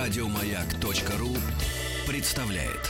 Радиомаяк.ру представляет.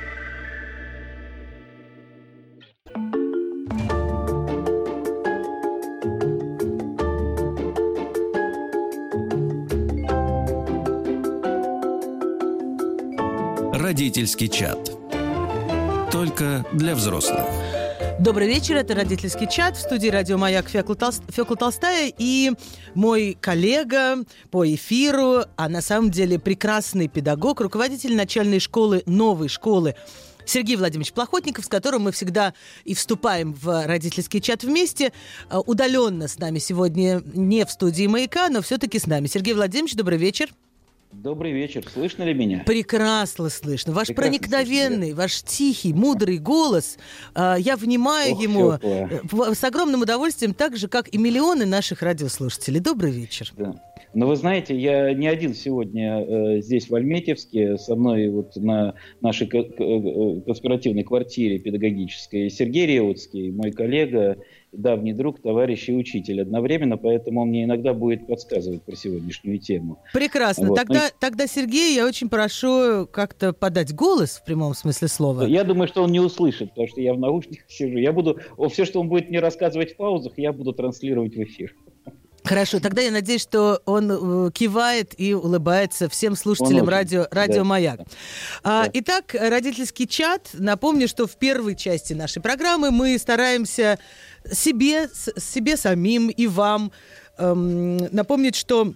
Родительский чат. Только для взрослых. Добрый вечер, это родительский чат. В студии «Радио Маяк» Фёкла Толстая и мой коллега по эфиру, а на самом деле прекрасный педагог, руководитель начальной школы, новой школы Сергей Владимирович Плохотников, с которым мы всегда и вступаем в родительский чат вместе. Удаленно с нами сегодня, не в студии «Маяка», но все-таки с нами. Сергей Владимирович, добрый вечер. Добрый вечер. Слышно ли меня? Прекрасно слышно. Ваш проникновенный, ваш тихий, мудрый голос. Я внимаю ему с огромным удовольствием, так же, как и миллионы наших радиослушателей. Добрый вечер. Да. Но вы знаете, я не один сегодня здесь, в Альметьевске, со мной вот на нашей конспиративной квартире педагогической Сергей Реутский, мой коллега, давний друг, товарищ и учитель одновременно, поэтому он мне иногда будет подсказывать про сегодняшнюю тему. Прекрасно. Вот. Тогда, Сергей, я очень прошу как-то подать голос в прямом смысле слова. Я думаю, что он не услышит, потому что я в наушниках сижу. Я буду все, что он будет мне рассказывать в паузах, я буду транслировать в эфир. Хорошо, тогда я надеюсь, что он кивает и улыбается всем слушателям радио «Маяк». Да. Итак, родительский чат. Напомню, что в первой части нашей программы мы стараемся себе самим и вам напомнить,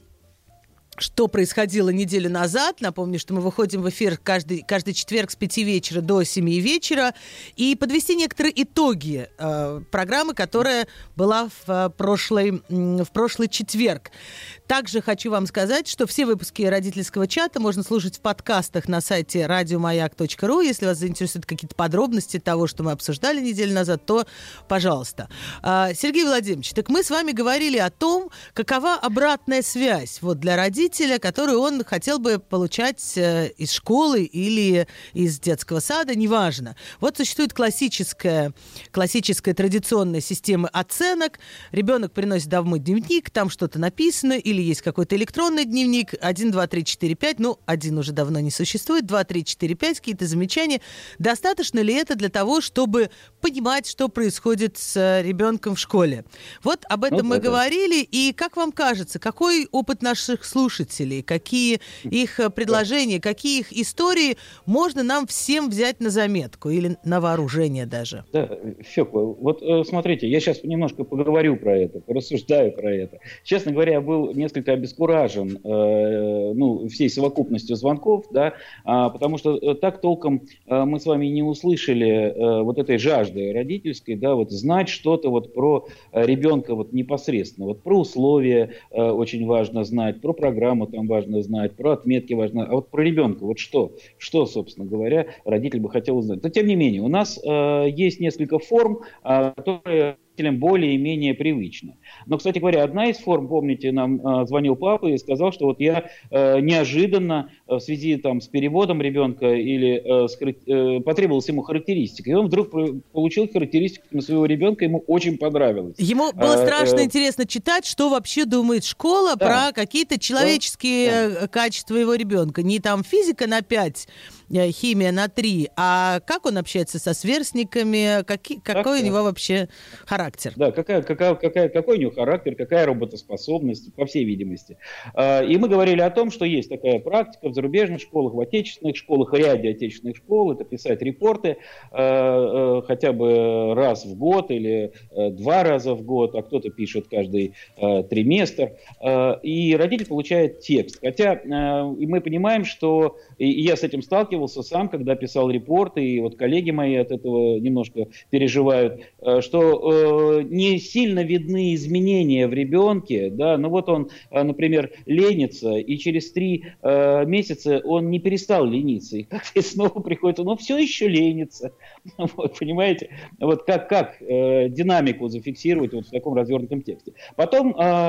что происходило неделю назад. Напомню, что мы выходим в эфир каждый четверг с 5 вечера до 7 вечера. И подвести некоторые итоги программы, которая была в прошлый четверг. Также хочу вам сказать, что все выпуски родительского чата можно слушать в подкастах на сайте radiomayak.ru. Если вас заинтересуют какие-то подробности того, что мы обсуждали неделю назад, то пожалуйста. Сергей Владимирович, так мы с вами говорили о том, какова обратная связь для родителя, которую он хотел бы получать из школы или из детского сада, неважно. Вот существует классическая традиционная система оценок. Ребенок приносит домой дневник, там что-то написано, или есть какой-то электронный дневник, 1, 2, 3, 4, 5, 1 уже давно не существует, 2, 3, 4, 5, какие-то замечания. Достаточно ли это для того, чтобы понимать, что происходит с ребенком в школе? Вот об этом мы говорили, и как вам кажется, какой опыт наших слушателей, какие их предложения, какие их истории можно нам всем взять на заметку или на вооружение даже? Да, Фёкла, вот смотрите, я сейчас немножко поговорю про это, порассуждаю про это. Честно говоря, я был несколько обескуражен всей совокупностью звонков, да, потому что так толком мы с вами не услышали вот этой жажды родительской, да, вот знать что-то вот про ребенка вот непосредственно, вот про условия очень важно знать, про программу там важно знать, про отметки важно, а вот про ребенка, вот что, собственно говоря, родитель бы хотел узнать. Но тем не менее, у нас есть несколько форм, которые более-менее привычно. Но, кстати говоря, одна из форм, помните, нам звонил папа и сказал, что вот я неожиданно в связи с переводом ребенка или потребовалась ему характеристика, и он вдруг получил характеристику на своего ребенка, ему очень понравилось. Ему было страшно интересно читать, что вообще думает школа про какие-то человеческие качества его ребенка. Не там физика на 5, химия на 3, а как он общается со сверстниками, какой у него вообще характер. Да, какой у него характер, какая работоспособность, по всей видимости. И мы говорили о том, что есть такая практика в зарубежных школах, в отечественных школах, в ряде отечественных школ, это писать репорты хотя бы раз в год или 2 раза в год, а кто-то пишет каждый триместр. И родитель получает текст. Хотя мы понимаем, что, и я с этим сталкивался сам, когда писал репорты, и вот коллеги мои от этого немножко переживают, что не сильно видны изменения в ребенке, да, вот он, например, ленится, и через 3 месяца он не перестал лениться, и как-то снова приходит, он все еще ленится, понимаете, как динамику зафиксировать в таком развернутом тексте. Потом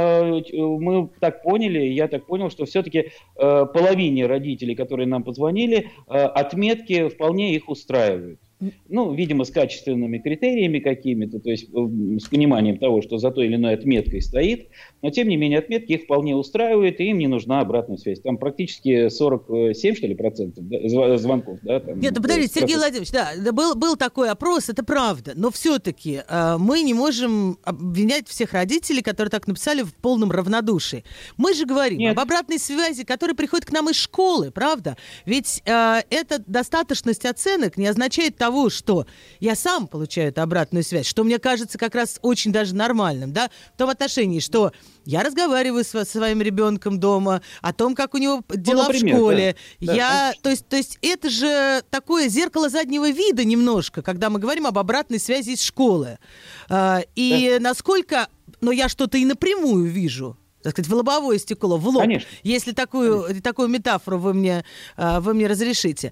мы так поняли, я так понял, что все-таки половине родителей, которые нам позвонили, отметки вполне их устраивают. видимо, с качественными критериями какими-то, то есть с пониманием того, что за той или иной отметкой стоит, но, тем не менее, отметки их вполне устраивают, и им не нужна обратная связь. Там практически 47, что ли, процентов звонков. Да, там, нет, подождите, Сергей Владимирович, да, был такой опрос, это правда, но все-таки мы не можем обвинять всех родителей, которые так написали, в полном равнодушии. Мы же говорим об обратной связи, которая приходит к нам из школы, правда? Ведь эта достаточность оценок не означает того, что я сам получаю эту обратную связь, что мне кажется как раз очень даже нормальным, да, в том отношении, что я разговариваю со своим ребенком дома о том, как у него дела в школе. Да. То есть это же такое зеркало заднего вида немножко, когда мы говорим об обратной связи из школы. И насколько... Но я что-то и напрямую вижу, так сказать, в лобовое стекло, в лоб. Конечно. Если такую метафору вы мне разрешите.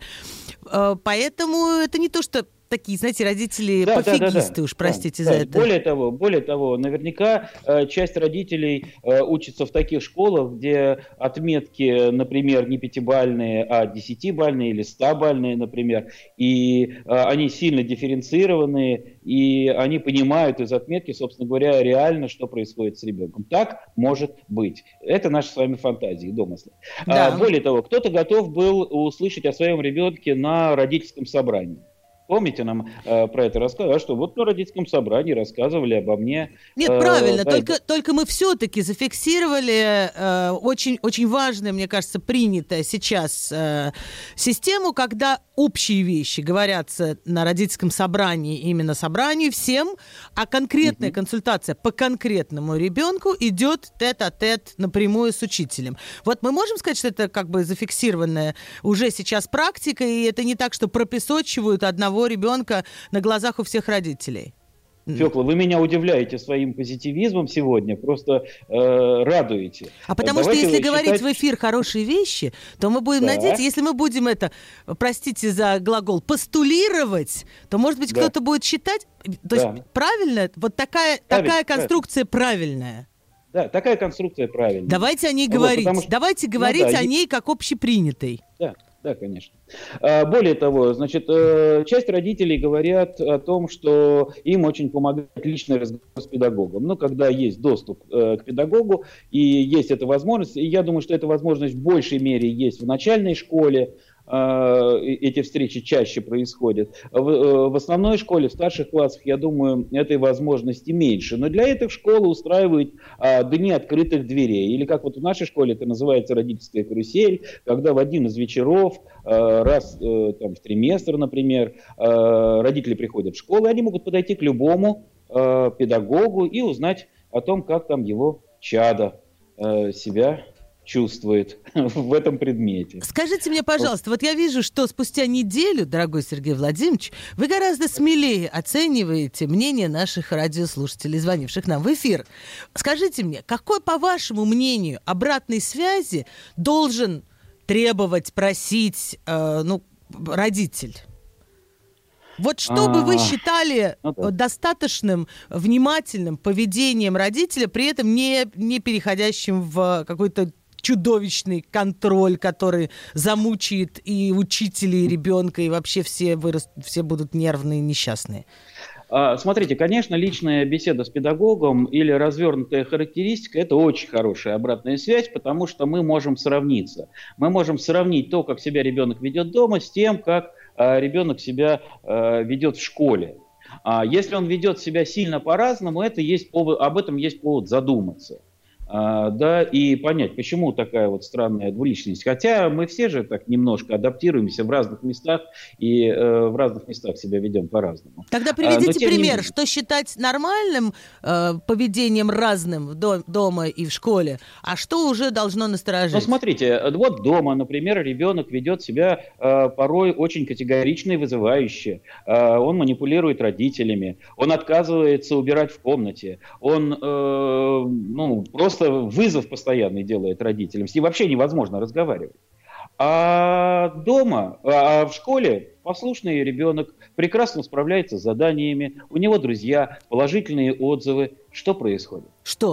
Поэтому это не то, что такие, знаете, родители пофигисты, уж простите за это. Более того, наверняка часть родителей учатся в таких школах, где отметки, например, не 5-бальные, а 10-бальные или 100-бальные, например, и они сильно дифференцированные, и они понимают из отметки, собственно говоря, реально, что происходит с ребенком. Так может быть. Это наши с вами фантазии и домыслы. Да. Более того, кто-то готов был услышать о своем ребенке на родительском собрании. Помните, нам про это рассказывали, что вот на родительском собрании рассказывали обо мне. Нет, правильно, только мы все-таки зафиксировали очень, очень важную, мне кажется, принятая сейчас систему, когда общие вещи говорятся на родительском собрании, именно собранию всем, а конкретная консультация по конкретному ребенку идет тет-а-тет напрямую с учителем. Вот мы можем сказать, что это как бы зафиксированная уже сейчас практика, и это не так, что пропесочивают одного ребенка на глазах у всех родителей. Фёкла, вы меня удивляете своим позитивизмом сегодня, просто радуете. А потому что если говорить в эфир хорошие вещи, то мы будем надеяться, если мы будем это, простите за глагол, постулировать, то, может быть, кто-то будет считать, то есть правильно, вот такая конструкция правильная. Да, такая конструкция правильная. Давайте о ней говорить, давайте говорить о ней как общепринятой. Да, конечно. Более того, значит, часть родителей говорят о том, что им очень помогает личный разговор с педагогом. Ну, когда есть доступ к педагогу и есть эта возможность, и я думаю, что эта возможность в большей мере есть в начальной школе, эти встречи чаще происходят. В основной школе, в старших классах, я думаю, этой возможности меньше. Но для этого школа устраивает дни открытых дверей. Или как вот в нашей школе это называется родительская карусель, когда в один из вечеров, раз там, в триместр, например, родители приходят в школу, и они могут подойти к любому педагогу и узнать о том, как там его чадо себя чувствует в этом предмете. Скажите мне, пожалуйста, вот я вижу, что спустя неделю, дорогой Сергей Владимирович, вы гораздо смелее оцениваете мнение наших радиослушателей, звонивших нам в эфир. Скажите мне, какой, по вашему мнению, обратной связи должен требовать, просить, родитель? Вот что бы вы считали достаточным, внимательным поведением родителя, при этом не переходящим в какой-то чудовищный контроль, который замучает и учителей, и ребенка, и вообще все будут нервные, несчастные? Смотрите, конечно, личная беседа с педагогом или развернутая характеристика – это очень хорошая обратная связь, потому что мы можем сравниться. Мы можем сравнить то, как себя ребенок ведет дома, с тем, как ребенок себя ведет в школе. Если он ведет себя сильно по-разному, об этом есть повод задуматься. И понять, почему такая вот странная двуличность. Хотя мы все же так немножко адаптируемся в разных местах и в разных местах себя ведем по-разному. Тогда приведите пример, что считать нормальным поведением разным дома и в школе, а что уже должно насторожить? Ну, смотрите, вот дома, например, ребенок ведет себя порой очень категорично и вызывающе. Он манипулирует родителями, он отказывается убирать в комнате, он просто вызов постоянный делает родителям. С ним вообще невозможно разговаривать. А дома, в школе послушный ребенок прекрасно справляется с заданиями, у него друзья, положительные отзывы. Что происходит?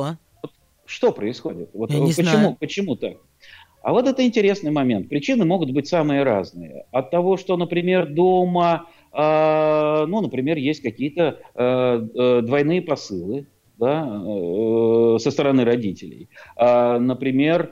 Что происходит? Вот Я не знаю. Почему так? А вот это интересный момент. Причины могут быть самые разные. От того, что, например, дома ну, например, есть какие-то двойные посылы, да, со стороны родителей. Например,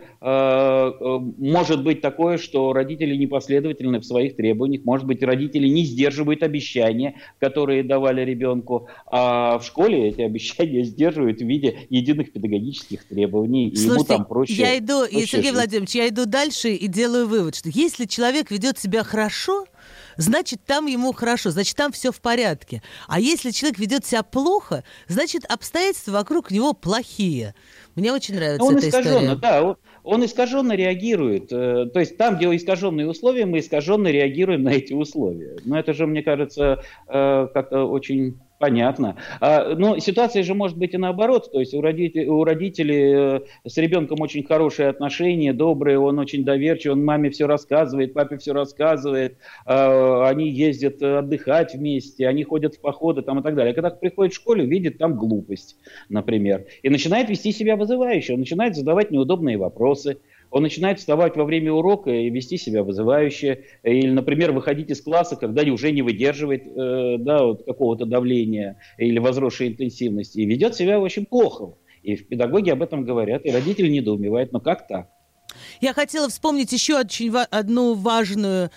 может быть такое, что родители непоследовательны в своих требованиях, может быть, родители не сдерживают обещания, которые давали ребенку, а в школе эти обещания сдерживают в виде единых педагогических требований, и Слушайте, ему там проще. Сергей Владимирович, я иду дальше и делаю вывод, что если человек ведет себя хорошо, значит, там ему хорошо, значит, там все в порядке. А если человек ведет себя плохо, значит, обстоятельства вокруг него плохие. Мне очень нравится эта история. Да, он искаженно реагирует. То есть там, где искаженные условия, мы искаженно реагируем на эти условия. Но это же, мне кажется, как-то очень понятно. Но ситуация же может быть и наоборот. То есть у родителей с ребенком очень хорошие отношения, добрые, он очень доверчивый, он маме все рассказывает, папе все рассказывает, они ездят отдыхать вместе, они ходят в походы там, и так далее. А когда приходит в школу, видит там глупость, например, и начинает вести себя вызывающе, он начинает задавать неудобные вопросы, он начинает вставать во время урока и вести себя вызывающе, или, например, выходить из класса, когда уже не выдерживает какого-то давления или возросшей интенсивности, и ведет себя очень плохо. И педагоги об этом говорят, и родители недоумевают, но как так? Я хотела вспомнить еще одну важный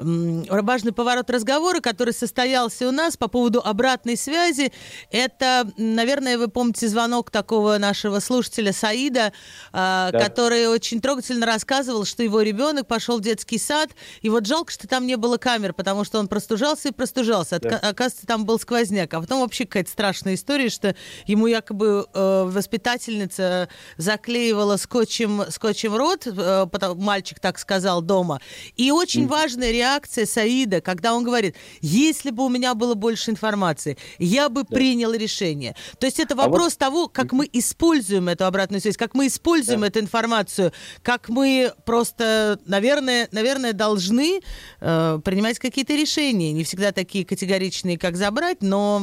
поворот разговора, который состоялся у нас по поводу обратной связи. Это, наверное, вы помните звонок такого нашего слушателя Саида, который очень трогательно рассказывал, что его ребенок пошел в детский сад, и вот жалко, что там не было камер, потому что он простужался. Оказывается, там был сквозняк. А потом вообще какая-то страшная история, что ему якобы воспитательница заклеивала скотчем рот, мальчик так сказал дома. И очень важная реакция Саида, когда он говорит, если бы у меня было больше информации, я бы принял решение. То есть это вопрос того, как мы используем эту обратную связь, как мы используем эту информацию, как мы просто, наверное, должны принимать какие-то решения. Не всегда такие категоричные, как забрать, но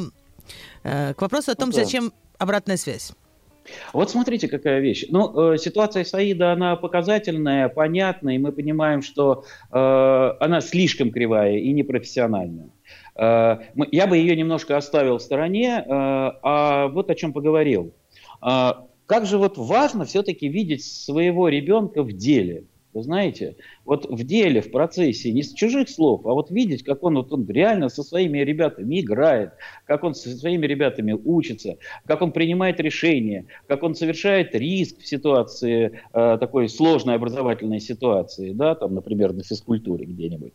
к вопросу о том, зачем обратная связь. Вот смотрите, какая вещь. Ситуация Саида, она показательная, понятная, и мы понимаем, что она слишком кривая и непрофессиональная. Я бы ее немножко оставил в стороне, а вот о чем поговорил. Как же вот важно все-таки видеть своего ребенка в деле. Вы знаете, вот в деле, в процессе, не с чужих слов, а вот видеть, как он реально со своими ребятами играет, как он со своими ребятами учится, как он принимает решения, как он совершает риск в ситуации, такой сложной образовательной ситуации, да, там, например, на физкультуре где-нибудь.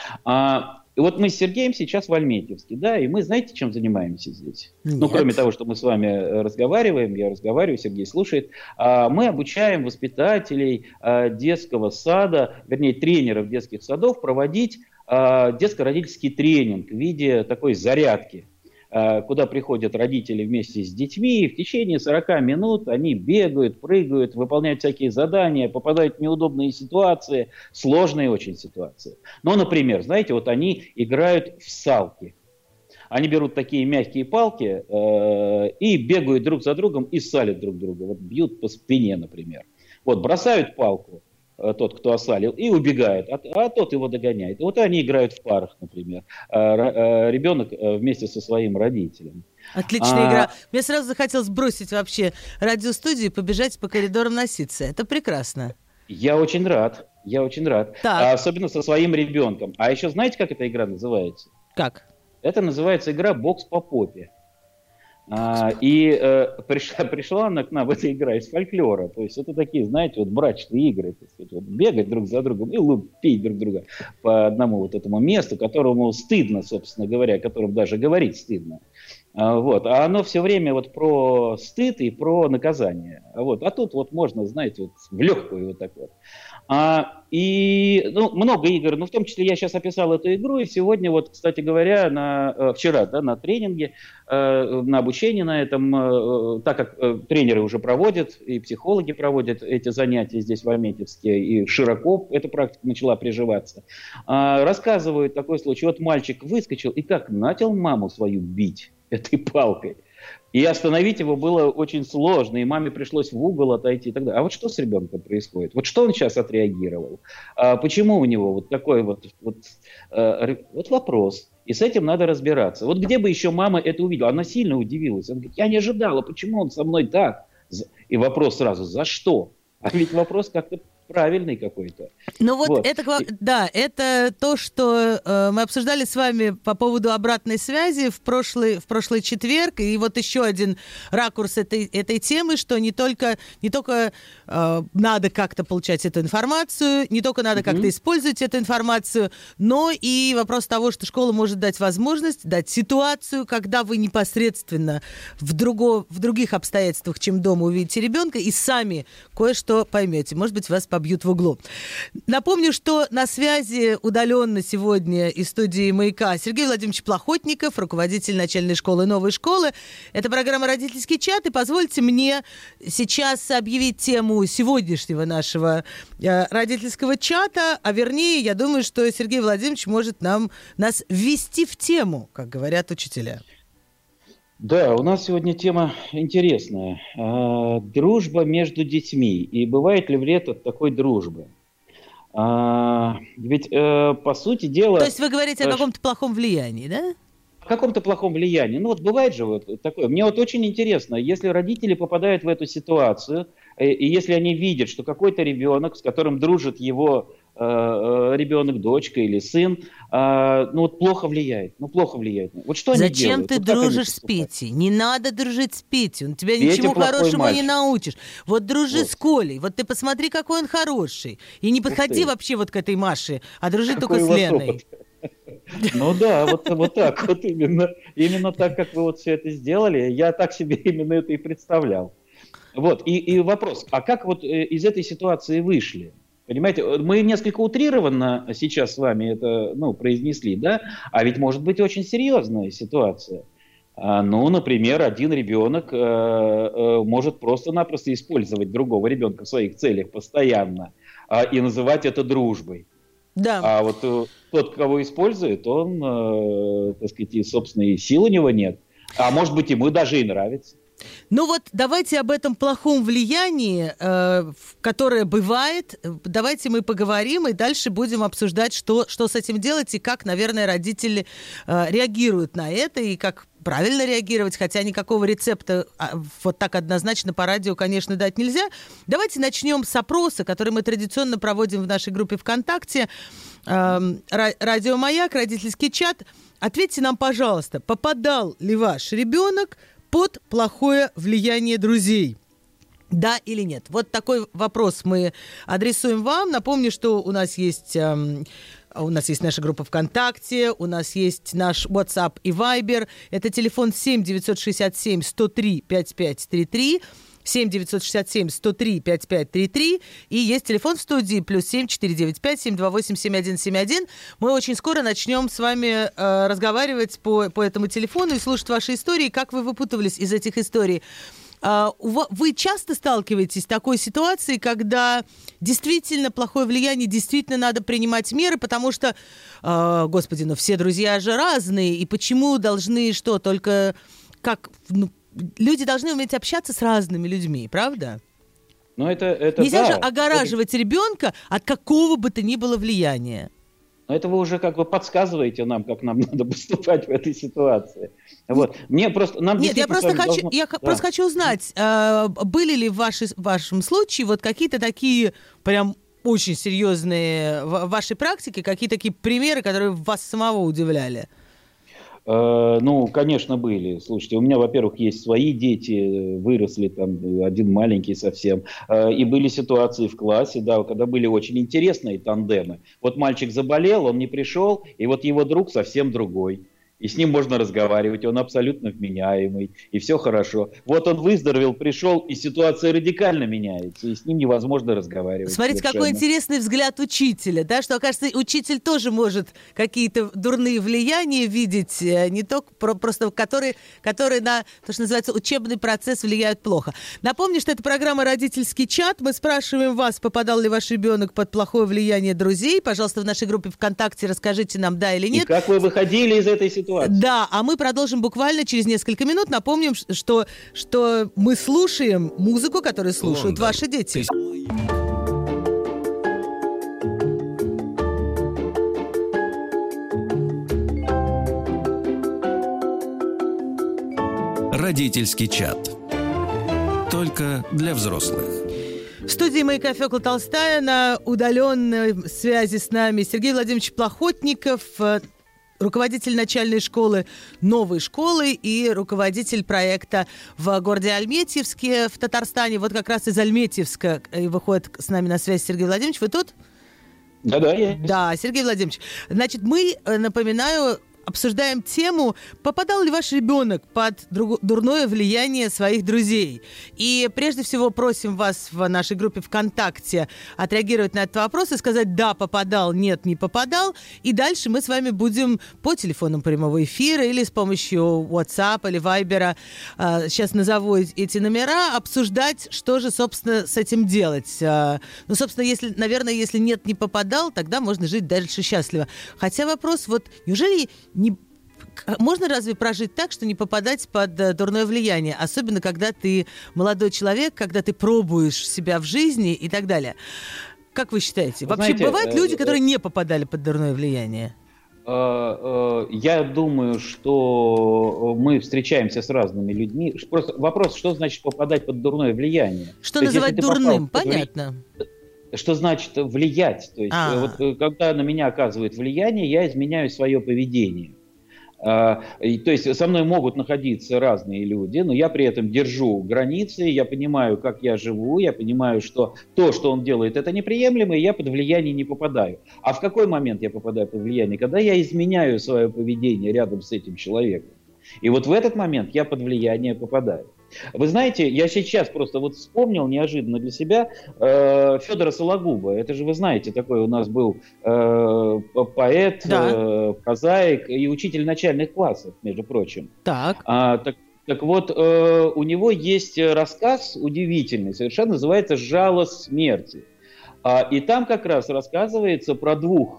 И вот мы с Сергеем сейчас в Альметьевске, да, и мы, знаете, чем занимаемся здесь? Нет. Кроме того, что мы с вами разговариваем, я разговариваю, Сергей слушает, мы обучаем воспитателей детского сада, вернее, тренеров детских садов проводить детско-родительский тренинг в виде такой зарядки, куда приходят родители вместе с детьми, и в течение 40 минут они бегают, прыгают, выполняют всякие задания, попадают в неудобные ситуации, сложные очень ситуации. Например, знаете, вот они играют в салки. Они берут такие мягкие палки и бегают друг за другом и салят друг друга. Вот бьют по спине, например. Вот бросают палку, тот, кто осалил, и убегает, а тот его догоняет. Вот они играют в парах, например. Ребенок вместе со своим родителем. Отличная игра. Мне сразу захотелось бросить вообще радиостудию и побежать по коридорам носиться. Это прекрасно. Я очень рад. Так. Особенно со своим ребенком. А еще знаете, как эта игра называется? Как? Это называется игра «Бокс по попе». Пришла она к нам, эта игра, из фольклора. То есть это такие, знаете, вот брачные игры. Так сказать, вот бегать друг за другом и лупить друг друга по одному вот этому месту, которому стыдно, собственно говоря, о котором даже говорить стыдно. А оно все время вот про стыд и про наказание. А тут вот можно, знаете, вот в легкую вот так вот. Много игр, в том числе я сейчас описал эту игру, и сегодня, вот, кстати говоря, вчера, да, на тренинге, на обучении на этом, так как тренеры уже проводят, и психологи проводят эти занятия здесь в Альметьевске, и широко эта практика начала приживаться, рассказывают такой случай. Вот мальчик выскочил и как начал маму свою бить этой палкой. И остановить его было очень сложно, и маме пришлось в угол отойти и так далее. А вот что с ребенком происходит? Вот что он сейчас отреагировал? Почему у него вот такой вот вопрос? И с этим надо разбираться. Вот где бы еще мама это увидела? Она сильно удивилась. Она говорит, я не ожидала, почему он со мной так? И вопрос сразу, за что? А ведь вопрос как-то правильный какой-то. Ну вот. Это то, что мы обсуждали с вами по поводу обратной связи в прошлый четверг, и вот еще один ракурс этой темы, что не только надо как-то получать эту информацию, не только надо как-то использовать эту информацию, но и вопрос того, что школа может дать возможность, дать ситуацию, когда вы непосредственно в других обстоятельствах, чем дома, увидите ребенка и сами кое-что поймете. Может быть, вас побьют в углу. Напомню, что на связи удаленно сегодня из студии «Маяка» Сергей Владимирович Плохотников, руководитель начальной школы «Новой школы». Это программа «Родительский чат». И позвольте мне сейчас объявить тему сегодняшнего нашего родительского чата. А вернее, я думаю, что Сергей Владимирович может нас ввести в тему, как говорят учителя. Да, у нас сегодня тема интересная. Дружба между детьми. И бывает ли вред от такой дружбы? Ведь, по сути дела... То есть вы говорите о каком-то плохом влиянии, да? О каком-то плохом влиянии. Ну вот бывает же вот такое. Мне вот очень интересно, если родители попадают в эту ситуацию, и если они видят, что какой-то ребенок, с которым дружит его ребенок, дочка или сын, плохо влияет. Вот что они делают? Зачем ты дружишь с Петей? Не надо дружить с Петей. Он тебя ничему хорошему не научишь. Вот дружи с Колей. Вот ты посмотри, какой он хороший. И не подходи вообще вот к этой Маше, а дружи только с Леной. Ну да, вот так вот именно так, как вы вот все это сделали, я так себе именно это и представлял. Вот, и вопрос, а как вот из этой ситуации вышли? Понимаете, мы несколько утрированно сейчас с вами это, произнесли, да? А ведь может быть очень серьезная ситуация. Например, один ребенок может просто-напросто использовать другого ребенка в своих целях постоянно и называть это дружбой. Да. А вот тот, кого использует, он, так сказать, и собственной силы у него нет. А может быть, ему даже и нравится. Ну вот давайте об этом плохом влиянии, которое бывает, давайте мы поговорим и дальше будем обсуждать, что с этим делать и как, наверное, родители реагируют на это и как правильно реагировать, хотя никакого рецепта вот так однозначно по радио, конечно, дать нельзя. Давайте начнем с опроса, который мы традиционно проводим в нашей группе ВКонтакте. Радио «Маяк», родительский чат. Ответьте нам, пожалуйста, попадал ли ваш ребенок под плохое влияние друзей? Да или нет? Вот такой вопрос мы адресуем вам. Напомню, что у нас есть наша группа ВКонтакте, у нас есть наш WhatsApp и Viber. Это телефон 7-967-103-5533, 7-967-103-5533. И есть телефон в студии +7 495 728 7171. Мы очень скоро начнем с вами разговаривать по этому телефону и слушать ваши истории, как вы выпутывались из этих историй. Вы часто сталкиваетесь с такой ситуацией, когда действительно плохое влияние, действительно надо принимать меры, потому что, господи, все друзья же разные, и почему должны только люди должны уметь общаться с разными людьми, правда? Нельзя же огораживать ребенка от какого бы то ни было влияния. Но это вы уже как бы подсказываете нам, как нам надо поступать в этой ситуации. Вот. Я просто хочу узнать, были ли в вашем случае вот какие-то такие прям очень серьезные в вашей практике, какие-то такие примеры, которые вас самого удивляли? Конечно, были. Слушайте, у меня, во-первых, есть свои дети, выросли там, один маленький совсем. И были ситуации в классе, да, когда были очень интересные тандемы. Вот мальчик заболел, он не пришел, и вот его друг совсем другой. И с ним можно разговаривать, он абсолютно вменяемый, и все хорошо. Вот он выздоровел, пришел, и ситуация радикально меняется, и с ним невозможно разговаривать. Смотрите, совершенно. Какой интересный взгляд учителя, да, что, оказывается, учитель тоже может какие-то дурные влияния видеть, не только просто которые на то, что называется, учебный процесс влияют плохо. Напомню, что это программа «Родительский чат». Мы спрашиваем вас, попадал ли ваш ребенок под плохое влияние друзей. Пожалуйста, в нашей группе ВКонтакте расскажите нам, да или нет. И как вы выходили из этой ситуации? ситуацию. Да, а мы продолжим буквально через несколько минут. Напомним, что мы слушаем музыку, которую слушают Лондон. ваши дети. Родительский чат. Только для взрослых. В студии «Маяка» Фёкла Толстая, на удаленной связи с нами Сергей Владимирович Плохотников, руководитель начальной школы «Новой школы» и руководитель проекта в городе Альметьевске в Татарстане. Вот как раз из Альметьевска выходит с нами на связь Сергей Владимирович. Вы тут? Да, я. Да, Сергей Владимирович. Значит, мы, напоминаю, обсуждаем тему, попадал ли ваш ребенок под дурное влияние своих друзей. И прежде всего просим вас в нашей группе ВКонтакте отреагировать на этот вопрос и сказать «да, попадал», «нет, не попадал». И дальше мы с вами будем по телефонам прямого эфира или с помощью WhatsApp или Viber, сейчас назову эти номера, обсуждать, что же, собственно, с этим делать. Ну, собственно, если «нет, не попадал», тогда можно жить дальше счастливо. Хотя вопрос, вот неужели можно разве прожить так, что не попадать под дурное влияние? Особенно, когда ты молодой человек, когда ты пробуешь себя в жизни и так далее. Как вы считаете? Вообще, знаете, бывают люди, которые не попадали под дурное влияние? Я думаю, что мы встречаемся с разными людьми. Просто вопрос, что значит попадать под дурное влияние? Что называть дурным? Понятно. Что значит влиять? То есть, вот, когда на меня оказывает влияние, я изменяю свое поведение. То есть со мной могут находиться разные люди, но я при этом держу границы, я понимаю, как я живу, я понимаю, что то, что он делает, это неприемлемо, и я под влияние не попадаю. А в какой момент я попадаю под влияние? Когда я изменяю свое поведение рядом с этим человеком. И вот в этот момент я под влияние попадаю. Вы знаете, я сейчас просто вот вспомнил неожиданно для себя Федора Сологуба. Это же, вы знаете, такой у нас был поэт, прозаик и учитель начальных классов, между прочим. Так. Так вот, у него есть рассказ удивительный, совершенно называется «Жало смерти». И там как раз рассказывается про двух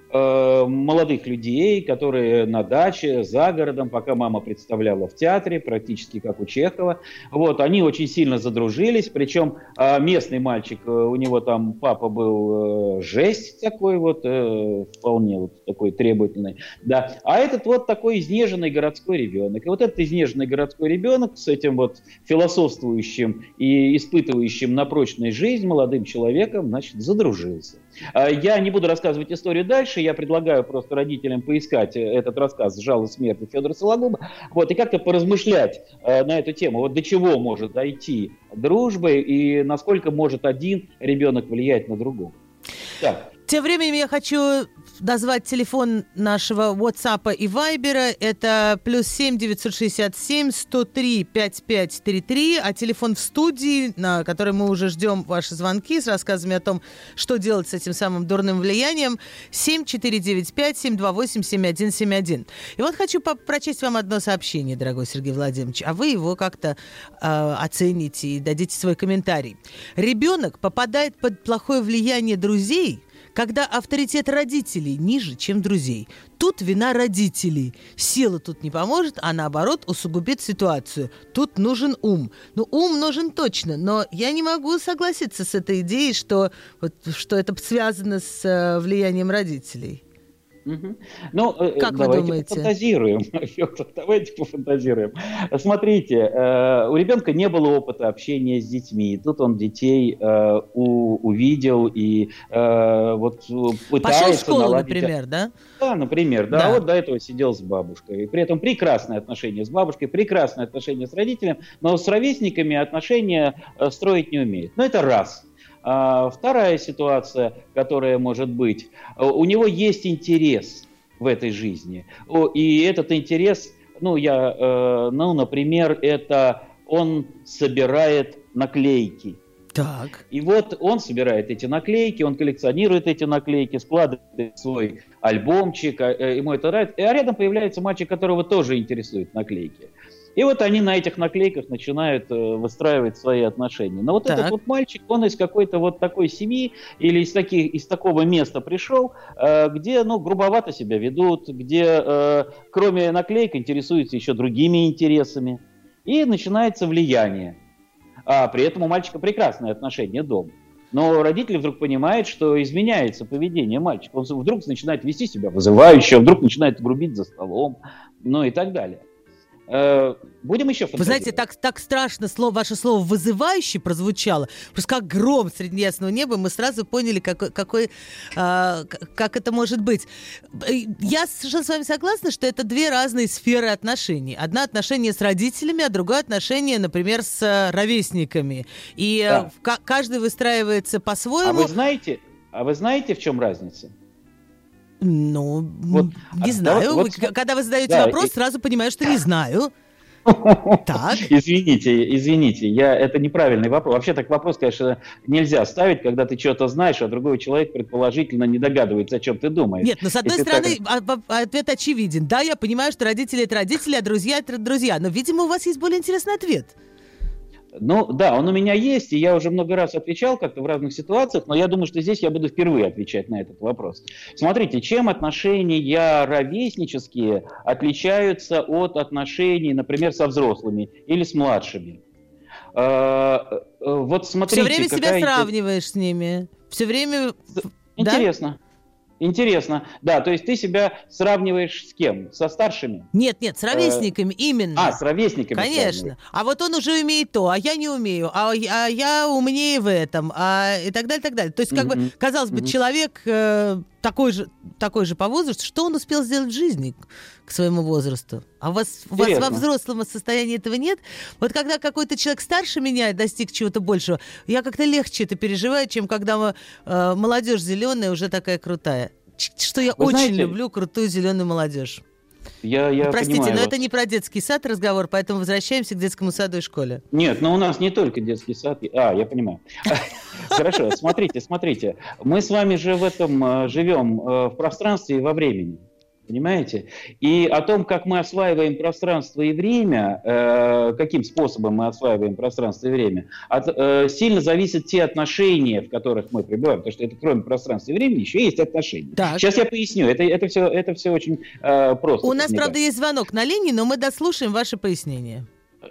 молодых людей, которые на даче, за городом, пока мама представляла в театре, практически как у Чехова. Вот, они очень сильно задружились, причем местный мальчик, у него там папа был жесть такой вот, вполне вот такой требовательный, да. А этот вот такой изнеженный городской ребенок. И вот этот изнеженный городской ребенок с этим вот философствующим и испытывающим на прочность жизнь молодым человеком, значит, задружился. Я не буду рассказывать историю дальше, я предлагаю просто родителям поискать этот рассказ «Жало смерти» Федора Сологуба, вот, и как-то поразмышлять на эту тему, вот до чего может дойти дружба и насколько может один ребенок влиять на другого. Так. Тем временем я хочу назвать телефон нашего WhatsApp и Viber. Это +7 967 103 5533. А телефон в студии, на который мы уже ждем ваши звонки с рассказами о том, что делать с этим самым дурным влиянием, 7495 728 7171. И вот хочу прочесть вам одно сообщение, дорогой Сергей Владимирович, а вы его как-то оцените и дадите свой комментарий. Ребенок попадает под плохое влияние друзей, когда авторитет родителей ниже, чем друзей. Тут вина родителей. Сила тут не поможет, а наоборот усугубит ситуацию. Тут нужен ум. Ну, ум нужен точно, но я не могу согласиться с этой идеей, что это связано с влиянием родителей. Угу. Ну, как вы думаете? Давайте пофантазируем. Смотрите, у ребенка не было опыта общения с детьми. Тут он детей увидел и вот пытается пошел в школу, наладить... например, да? Да, например, да. Вот до этого сидел с бабушкой. И при этом прекрасное отношение с бабушкой, прекрасное отношение с родителем, но с ровесниками отношения строить не умеет. Но это раз. Вторая ситуация, которая может быть, у него есть интерес в этой жизни. И этот интерес, например, это он собирает наклейки. Так. И вот он собирает эти наклейки, он коллекционирует эти наклейки, складывает свой альбомчик, ему это нравится. А рядом появляется мальчик, которого тоже интересуют наклейки. И вот они на этих наклейках начинают выстраивать свои отношения. Но вот этот вот мальчик, он из какой-то вот такой семьи или из такого места пришел, где, грубовато себя ведут, где кроме наклеек интересуются еще другими интересами. И начинается влияние. А при этом у мальчика прекрасные отношения дома. Но родители вдруг понимают, что изменяется поведение мальчика. Он вдруг начинает вести себя вызывающе, вдруг начинает грубить за столом, и так далее. Будем еще фантазировать. Вы знаете, так страшно ваше слово «вызывающий» прозвучало. Просто как гром среди ясного неба, мы сразу поняли, как это может быть. Я совершенно с вами согласна, что это две разные сферы отношений. Одна отношение с родителями, а другое отношение, например, с ровесниками. И каждый выстраивается по-своему. А вы знаете, в чем разница? Не знаю. Когда вы задаете вопрос, сразу понимаю, что не знаю. Так. Извините, это неправильный вопрос. Вообще так вопрос, конечно, нельзя ставить, когда ты что-то знаешь, а другой человек предположительно не догадывается, о чем ты думаешь. Нет, с одной стороны, ответ очевиден. Да, я понимаю, что родители — это родители, а друзья — это друзья. Но, видимо, у вас есть более интересный ответ. Да, он у меня есть, и я уже много раз отвечал как-то в разных ситуациях, но я думаю, что здесь я буду впервые отвечать на этот вопрос. Смотрите, чем отношения ровеснические отличаются от отношений, например, со взрослыми или с младшими? Вот смотрите, все время себя сравниваешь с ними, все время... Интересно. Да, то есть ты себя сравниваешь с кем? Со старшими? Нет, с ровесниками именно. С ровесниками. Конечно. А вот он уже умеет то, а я не умею, а я умнее в этом, и так далее, так далее. То есть, казалось бы, человек такой же по возрасту, что он успел сделать в жизни к своему возрасту? А у вас во взрослом состоянии этого нет? Вот когда какой-то человек старше меня достиг чего-то большего, я как-то легче это переживаю, чем когда молодежь зеленая уже такая крутая. Что я очень люблю крутую зеленую молодежь. Простите, понимаю но это не про детский сад разговор, поэтому возвращаемся к детскому саду и школе. Нет, но у нас не только детский сад. Я понимаю. Хорошо, смотрите. Мы с вами же в этом живем в пространстве и во времени. Понимаете? И о том, как мы осваиваем пространство и время, каким способом мы осваиваем пространство и время, сильно зависят те отношения, в которых мы пребываем. Потому что это кроме пространства и времени еще есть отношения. Так. Сейчас я поясню. Это все очень просто. У нас, правда, есть звонок на линии, но мы дослушаем ваше пояснение.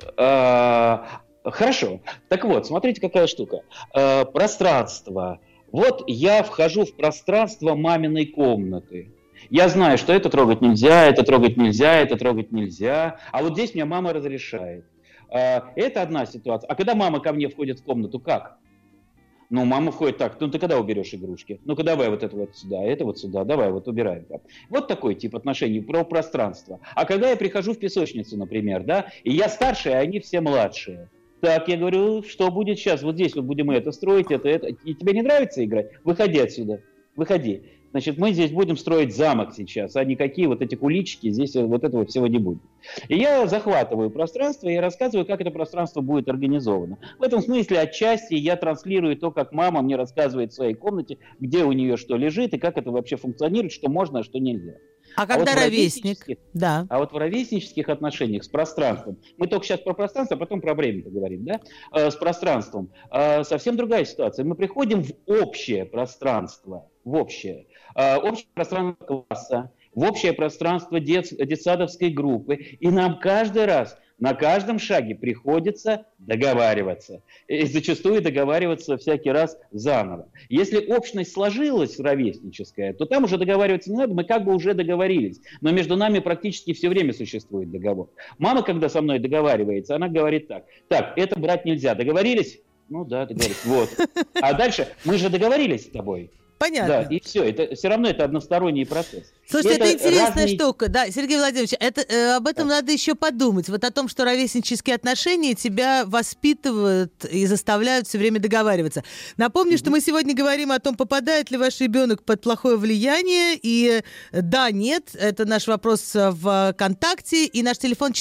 Хорошо. Так вот, смотрите, какая штука. Пространство. Вот я вхожу в пространство маминой комнаты. Я знаю, что это трогать нельзя, это трогать нельзя, это трогать нельзя. А вот здесь мне мама разрешает. Это одна ситуация. А когда мама ко мне входит в комнату, как? Мама входит так. Ты когда уберешь игрушки? Ну-ка давай вот это вот сюда, это вот сюда, давай вот убираем. Вот такой тип отношений про пространство. А когда я прихожу в песочницу, например, и я старший, а они все младшие. Так, я говорю, что будет сейчас? Вот здесь вот будем это строить, это. И тебе не нравится играть? Выходи отсюда, выходи. Значит, мы здесь будем строить замок сейчас, а никакие вот эти куличики, здесь вот этого всего не будет. И я захватываю пространство и рассказываю, как это пространство будет организовано. В этом смысле отчасти я транслирую то, как мама мне рассказывает в своей комнате, где у нее что лежит и как это вообще функционирует, что можно, а что нельзя. А когда ровесник? Да. А вот в ровеснических отношениях с пространством, мы только сейчас про пространство, а потом про время поговорим, с пространством, совсем другая ситуация. Мы приходим в общее пространство, в общее пространство класса, в общее пространство детсадовской группы, и нам каждый раз на каждом шаге приходится договариваться. И зачастую договариваться всякий раз заново. Если общность сложилась ровесническая, то там уже договариваться не надо, мы как бы уже договорились. Но между нами практически все время существует договор. Мама, когда со мной договаривается, она говорит так: это брать нельзя. Договорились? Ну да, договорились. Вот. А дальше, мы же договорились с тобой. Понятно. Да, и все. Это все равно это односторонний процесс. Слушайте, это интересная штука. Да, Сергей Владимирович, об этом надо еще подумать. Вот о том, что ровеснические отношения тебя воспитывают и заставляют все время договариваться. Напомню, что мы сегодня говорим о том, попадает ли ваш ребенок под плохое влияние. И да, нет. Это наш вопрос в ВКонтакте. И наш телефон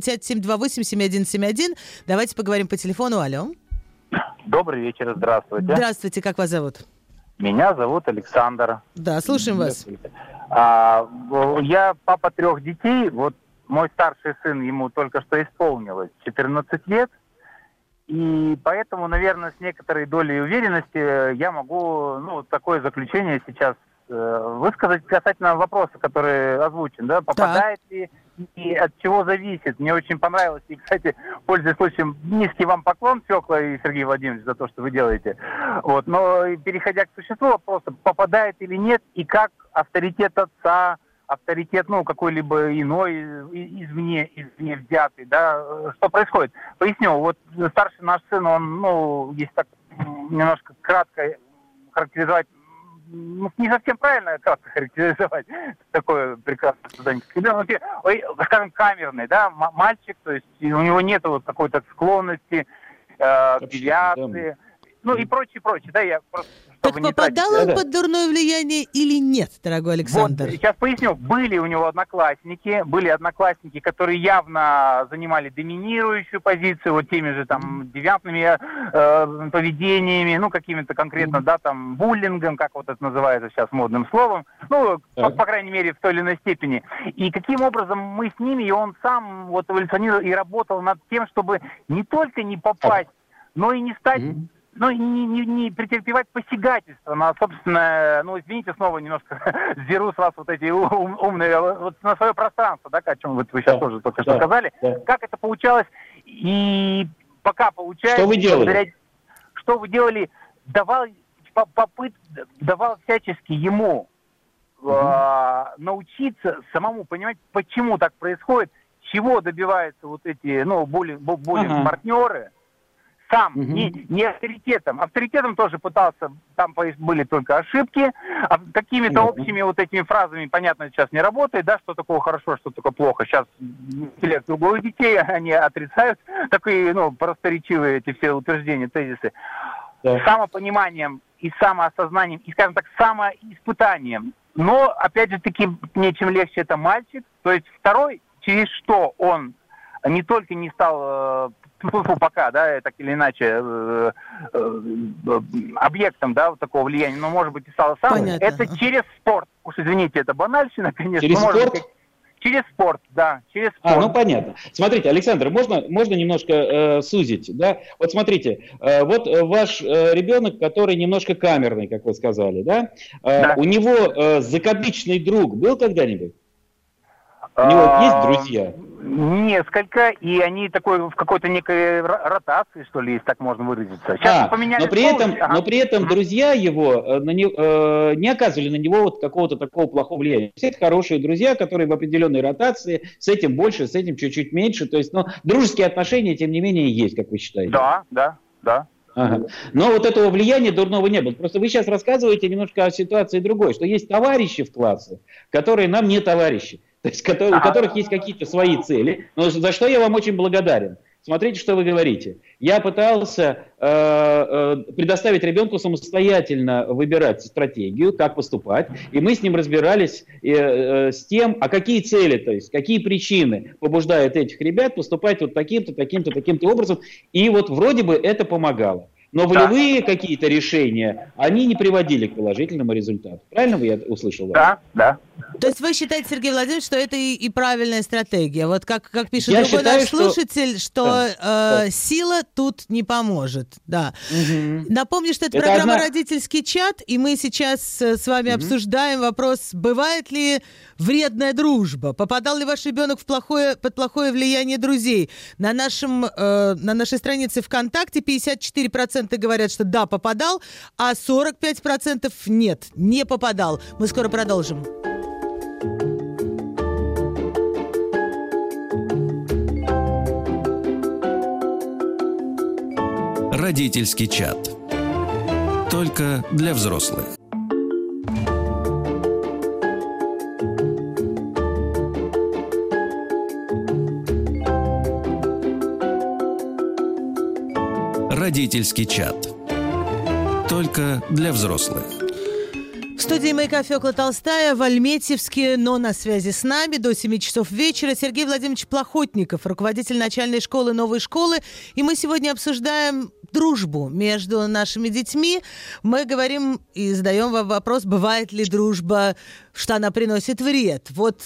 495-728-7171. Давайте поговорим по телефону. Алло. Добрый вечер, здравствуйте. Здравствуйте, как вас зовут? Меня зовут Александр. Да, слушаем вас. Я папа 3 детей. Вот мой старший сын, ему только что исполнилось 14 лет, и поэтому, наверное, с некоторой долей уверенности я могу такое заключение сейчас высказать касательно вопроса, который озвучен, да, попадает ли и от чего зависит. Мне очень понравилось, и, кстати, пользуясь случаем, низкий вам поклон, Фёкла и Сергей Владимирович, за то, что вы делаете. Вот. Но переходя к существу вопроса, попадает или нет, и как авторитет отца, авторитет, какой-либо иной, извне взятый, да, что происходит? Поясню, вот старший наш сын, он, если так немножко кратко характеризовать, не совсем правильно кратко характеризовать такое прекрасное создание. Скажем, камерный, да, мальчик, то есть у него нет какой-то склонности к девиации, и прочее, да, я просто... Так попадал он под дурное влияние или нет, дорогой Александр? Вот, сейчас поясню. Были у него одноклассники, которые явно занимали доминирующую позицию, вот теми же там девиантными поведениями, какими-то конкретно, да, там, буллингом, как вот это называется сейчас модным словом, по крайней мере, в той или иной степени. И каким образом мы с ними, и он сам эволюционировал и работал над тем, чтобы не только не попасть, но и не стать... не претерпевать посягательства на собственное, извините, снова немножко сдеру с вас эти умные, на свое пространство, да, о чем вы сейчас тоже только что сказали. Да. Как это получалось и пока получается... Что вы делали? Что вы делали? Давал всячески ему научиться самому понимать, почему так происходит, чего добиваются эти, буллинг-партнеры, сам, не авторитетом. Авторитетом тоже пытался, там были только ошибки, а какими-то общими этими фразами, понятно, сейчас не работает, да, что такое хорошо, что такое плохо. Сейчас интеллект других детей, они отрицают такие, просторечивые эти все утверждения, тезисы. Да. Самопониманием и самоосознанием, и, скажем так, самоиспытанием. Но, опять же таки, нечем легче это мальчик. То есть второй, через что он не только не стал... пока, да, так или иначе объектом, да, такого влияния, но, может быть, и стало сам. Понятно. Это через спорт. Уж извините, это банальщина, конечно. Через спорт? Через спорт, да, через спорт. Понятно. Смотрите, Александр, можно немножко сузить, да? Вот смотрите, ваш ребенок, который немножко камерный, как вы сказали, да? У него закадычный друг был когда-нибудь? У него есть друзья? Несколько, и они в какой-то некой ротации, что ли, если так можно выразиться. Сейчас но при этом друзья его не оказывали на него какого-то такого плохого влияния. Все это хорошие друзья, которые в определенной ротации, с этим больше, с этим чуть-чуть меньше. То есть, дружеские отношения, тем не менее, есть, как вы считаете? Да. Ага. Но этого влияния дурного не было. Просто вы сейчас рассказываете немножко о ситуации другой, что есть товарищи в классе, которые нам не товарищи. То есть, у которых есть какие-то свои цели, но за что я вам очень благодарен. Смотрите, что вы говорите. Я пытался предоставить ребенку самостоятельно выбирать стратегию, как поступать, и мы с ним разбирались с тем, какие цели, то есть какие причины побуждают этих ребят поступать таким-то, таким-то, таким-то образом, и вроде бы это помогало. Но волевые какие-то решения, они не приводили к положительному результату. Правильно я услышал? Да. То есть вы считаете, Сергей Владимирович, что это и правильная стратегия? Вот как пишет другой наш слушатель, что сила тут не поможет. Да. Напомню, что это программа «Родительский чат», и мы сейчас с вами обсуждаем вопрос, бывает ли вредная дружба? Попадал ли ваш ребенок под плохое влияние друзей? На нашей странице ВКонтакте 54% говорят, что да, попадал, а 45% нет, не попадал. Мы скоро продолжим. Родительский чат. Только для взрослых. Родительский чат. Только для взрослых. В студии «Маяка» Фёкла Толстая в Альметьевске, но на связи с нами до 7 часов вечера Сергей Владимирович Плохотников, руководитель начальной школы «Новой школы». И мы сегодня обсуждаем дружбу между нашими детьми. Мы говорим и задаем вам вопрос, бывает ли дружба, что она приносит вред. Вот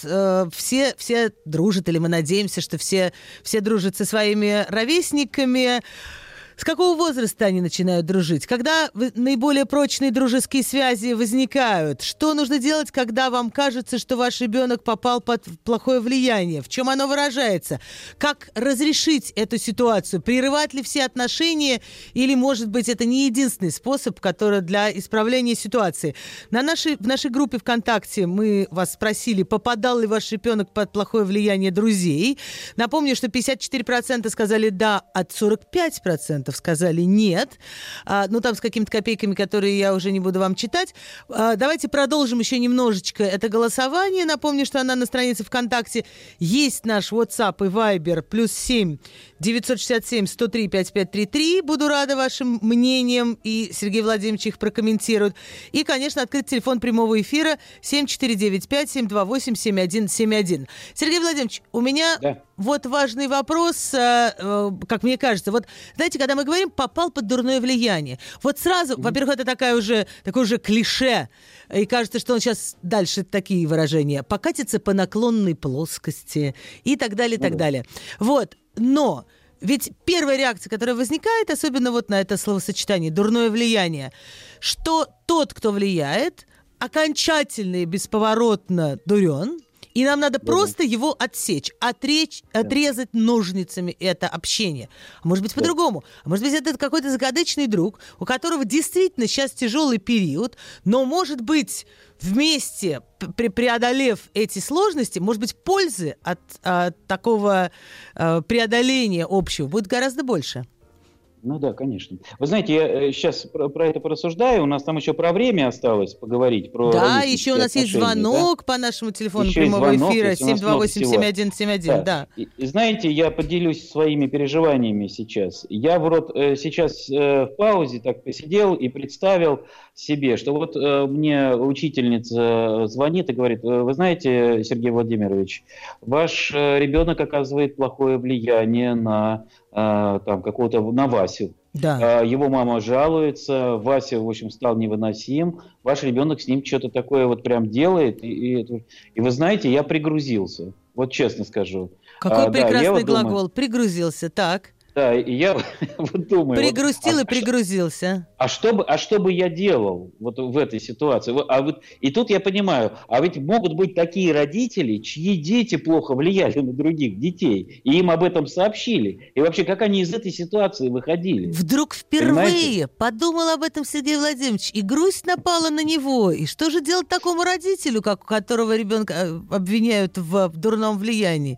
все дружат, или мы надеемся, что все дружат со своими ровесниками. С какого возраста они начинают дружить? Когда наиболее прочные дружеские связи возникают? Что нужно делать, когда вам кажется, что ваш ребенок попал под плохое влияние? В чем оно выражается? Как разрешить эту ситуацию? Прерывать ли все отношения? Или, может быть, это не единственный способ, который для исправления ситуации? В нашей группе ВКонтакте мы вас спросили, попадал ли ваш ребенок под плохое влияние друзей. Напомню, что 54% сказали «да», а 45% сказали «нет». Ну, там с какими-то копейками, которые я уже не буду вам читать. Давайте продолжим еще немножечко это голосование. Напомню, что она на странице ВКонтакте. Есть наш WhatsApp и Viber +7 967 103 5533. Буду рада вашим мнениям, и Сергей Владимирович их прокомментирует. И, конечно, открыт телефон прямого эфира 7495 728 7171. Сергей Владимирович, у меня вот важный вопрос, как мне кажется. Вот, знаете, когда мы говорим «попал под дурное влияние», вот сразу, во-первых, это такое уже клише, и кажется, что он сейчас дальше такие выражения покатится по наклонной плоскости и так далее, и так далее. Вот, но ведь первая реакция, которая возникает, особенно вот на это словосочетание «дурное влияние», что тот, кто влияет, окончательно и бесповоротно дурен, и нам надо просто его отсечь, отрезать ножницами это общение. А может быть, по-другому. А может быть, это какой-то загадочный друг, у которого действительно сейчас тяжелый период, но, может быть, вместе, преодолев эти сложности, может быть, пользы от такого преодоления общего будет гораздо больше. Ну да, конечно. Вы знаете, я сейчас про это порассуждаю. У нас там еще про время осталось поговорить. Да, еще у нас есть звонок по нашему телефону еще прямого эфира 728-7171. Да. И знаете, я поделюсь своими переживаниями сейчас. Я сейчас в паузе так посидел и представил себе, что вот мне учительница звонит и говорит: вы знаете, Сергей Владимирович, ваш ребенок оказывает плохое влияние на Васю. Да. Его мама жалуется, Вася, в общем, стал невыносим, ваш ребенок с ним что-то такое вот прям делает, и вы знаете, я пригрузился, вот честно скажу. Какой прекрасный глагол, пригрузился, так. Да, и я вот думаю... Пригрустил и пригрузился. А что бы я делал вот в этой ситуации? И тут я понимаю, а ведь могут быть такие родители, чьи дети плохо влияли на других детей, и им об этом сообщили. И вообще, как они из этой ситуации выходили? Вдруг впервые подумал об этом Сергей Владимирович, и грусть напала на него. И что же делать такому родителю, у которого ребенка обвиняют в дурном влиянии?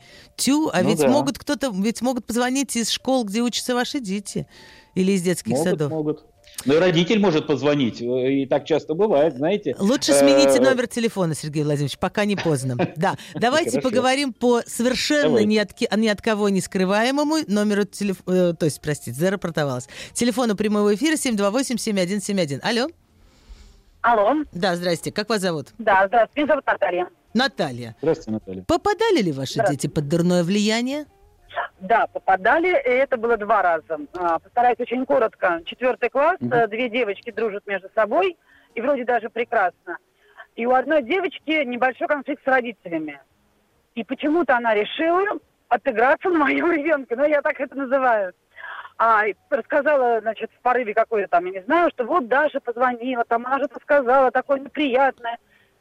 Могут позвонить из школ, где учатся ваши дети, или из детских садов. Могут. Ну и родитель может позвонить, и так часто бывает, знаете. Лучше смените номер телефона, Сергей Владимирович, пока не поздно. Да, давайте поговорим по совершенно ни от кого не скрываемому номеру телефона, зарапортовалась. Телефону прямого эфира 728-7171. Алло. Алло. Да, здрасте. Как вас зовут? Да, здравствуйте. Меня зовут Наталья. Наталья. Здравствуйте, Наталья. Попадали ли ваши дети под дурное влияние? Да, попадали, и это было 2 раза. Постараюсь очень коротко. 4 класс, 2 девочки дружат между собой, и вроде даже прекрасно. И у одной девочки небольшой конфликт с родителями. И почему-то она решила отыграться на моем ребенке, я так это называю. Рассказала, в порыве какой-то там, я не знаю, что вот Даша позвонила, там она что-то сказала, такое неприятное.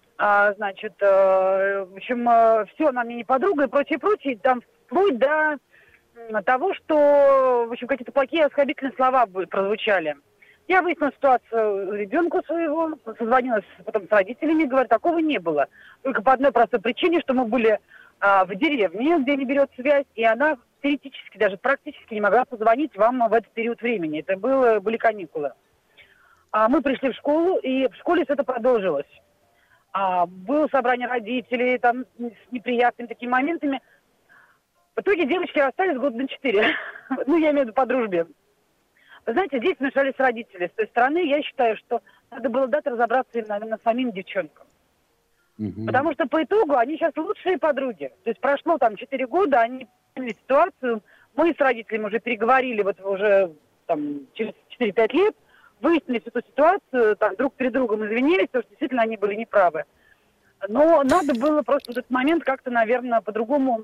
В общем, все, она мне не подруга и прочее, там вплоть до того, что, в общем, какие-то плохие оскорбительные слова прозвучали. Я выяснила ситуацию ребенку своего, созвонилась потом с родителями, говорю, такого не было. Только по одной простой причине, что мы были в деревне, где не берет связь, и она теоретически, даже практически не могла позвонить вам в этот период времени. Это были каникулы. Мы пришли в школу, и в школе все это продолжилось. Было собрание родителей, там, с неприятными такими моментами. В итоге девочки расстались года на 4. Я имею в виду по дружбе. Вы знаете, здесь вмешались родители. С той стороны, я считаю, что надо было дать разобраться именно самим девчонкам. Потому что по итогу они сейчас лучшие подруги. То есть прошло там 4 года, они поняли ситуацию. Мы с родителями уже переговорили, уже там, через 4-5 лет выяснили всю эту ситуацию, там, друг перед другом извинились, потому что действительно они были неправы. Но надо было просто в этот момент как-то, наверное, по-другому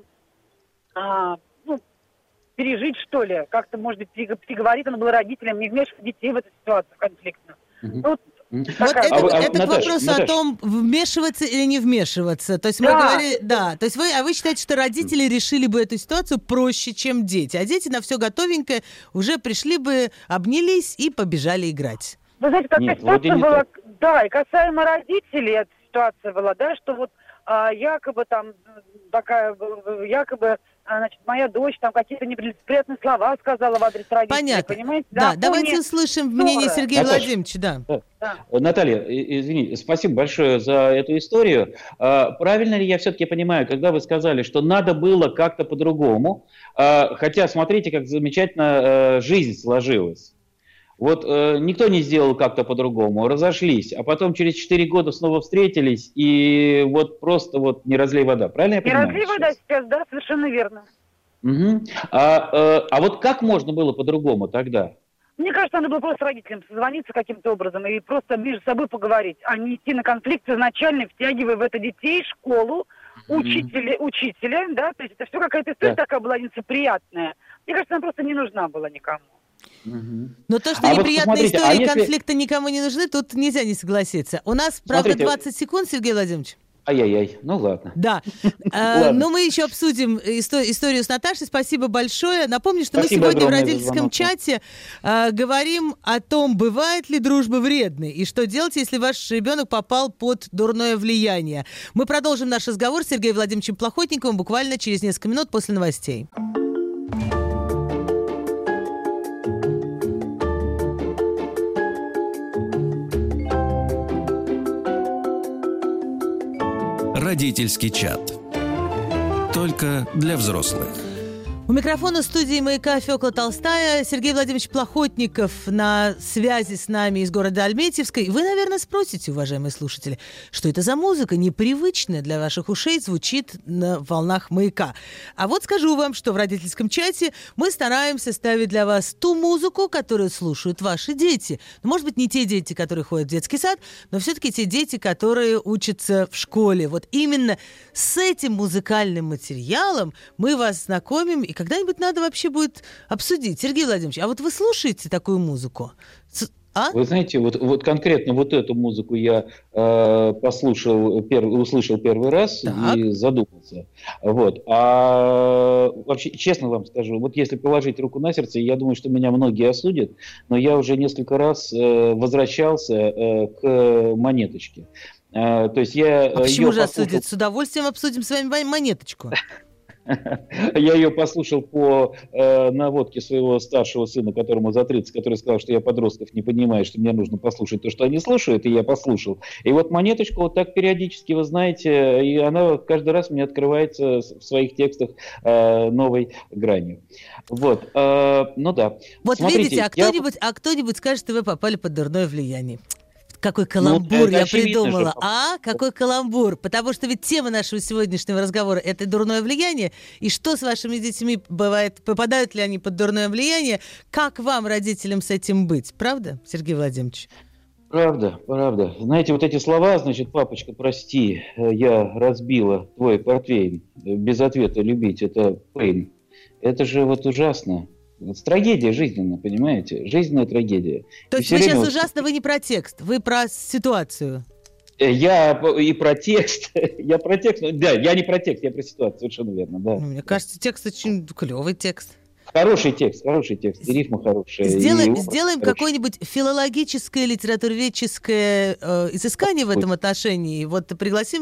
пережить, что ли. Как-то, может быть, переговорить надо было родителям, не вмешивать детей в эту ситуацию конфликтную. Вот это к вопросу о том, вмешиваться или не вмешиваться. То есть мы говорили, то есть вы считаете, что родители решили бы эту ситуацию проще, чем дети, а дети на все готовенькое уже пришли бы, обнялись и побежали играть. Вы знаете, такая ситуация была, да, и касаемо родителей эта ситуация была, да, что вот якобы там такая, значит, моя дочь там какие-то неприятные слова сказала в адрес родителей. Понятно. Понимаете? Да, давайте услышим мнение Сергея Владимировича. Да. Наталья, извините, спасибо большое за эту историю. Правильно ли я все-таки понимаю, когда вы сказали, что надо было как-то по-другому, хотя смотрите, как замечательно жизнь сложилась. Вот никто не сделал как-то по-другому, разошлись, а потом через 4 года снова встретились, и вот просто вот не разлей вода, правильно я понимаю? Не разлей вода сейчас, да, совершенно верно. Угу. А вот как можно было по-другому тогда? Мне кажется, надо было просто родителям созвониться каким-то образом и просто между собой поговорить, а не идти на конфликт изначально, втягивая в это детей, школу, учителя, да, то есть это все какая-то история такая была нелицеприятная. Мне кажется, она просто не нужна была никому. Но то, что неприятные истории конфликта никому не нужны, тут нельзя не согласиться. У нас, правда, 20 секунд, Сергей Владимирович. Ай-яй-яй, ну ладно. Да, но мы еще обсудим историю с Наташей. Спасибо большое. Напомню, что мы сегодня в родительском чате говорим о том, бывает ли дружба вредной, и что делать, если ваш ребенок попал под дурное влияние. Мы продолжим наш разговор с Сергеем Владимировичем Плохотниковым буквально через несколько минут после новостей. Родительский чат. Только для взрослых. У микрофона студии «Маяка» Фёкла Толстая, Сергей Владимирович Плохотников на связи с нами из города Альметьевска. Вы, наверное, спросите, уважаемые слушатели, что это за музыка непривычная для ваших ушей звучит на волнах «Маяка». А вот скажу вам, что в родительском чате мы стараемся ставить для вас ту музыку, которую слушают ваши дети. Может быть, не те дети, которые ходят в детский сад, но все-таки те дети, которые учатся в школе. Вот именно с этим музыкальным материалом мы вас знакомим, и когда-нибудь надо вообще будет обсудить. Сергей Владимирович, а вот вы слушаете такую музыку? Вы знаете, вот конкретно вот эту музыку я услышал первый раз и задумался. Вот. А вообще, честно вам скажу, вот если положить руку на сердце, я думаю, что меня многие осудят, но я уже несколько раз возвращался к «Монеточке». То есть я почему же осудят? С удовольствием обсудим с вами «Монеточку». Я ее послушал по наводке своего старшего сына, которому за 30, который сказал, что я подростков не понимаю, что мне нужно послушать то, что они слушают, и я послушал. И вот «Монеточку» вот так периодически, вы знаете, и она каждый раз мне открывается в своих текстах новой гранью. Вот, ну да. Вот смотрите, видите, кто-нибудь скажет, что вы попали под дурное влияние. Какой каламбур я придумала. Какой каламбур. Потому что ведь тема нашего сегодняшнего разговора – это дурное влияние. И что с вашими детьми бывает? Попадают ли они под дурное влияние? Как вам, родителям, с этим быть? Правда, Сергей Владимирович? Правда. Знаете, вот эти слова, значит, папочка, прости, я разбила твой портвейн. Без ответа любить – это пейн. Это же вот ужасно. Это трагедия жизненная, понимаете? Жизненная трагедия. То есть вы сейчас ужасно, вы не про текст, вы про ситуацию. Я и про текст. Я про текст. Да, я не про текст, я про ситуацию, совершенно верно. Да. Мне кажется, текст очень клевый текст. Хороший текст, и рифма хорошая. Сделаем какое-нибудь филологическое, литературоведческое изыскание в этом отношении. Вот пригласим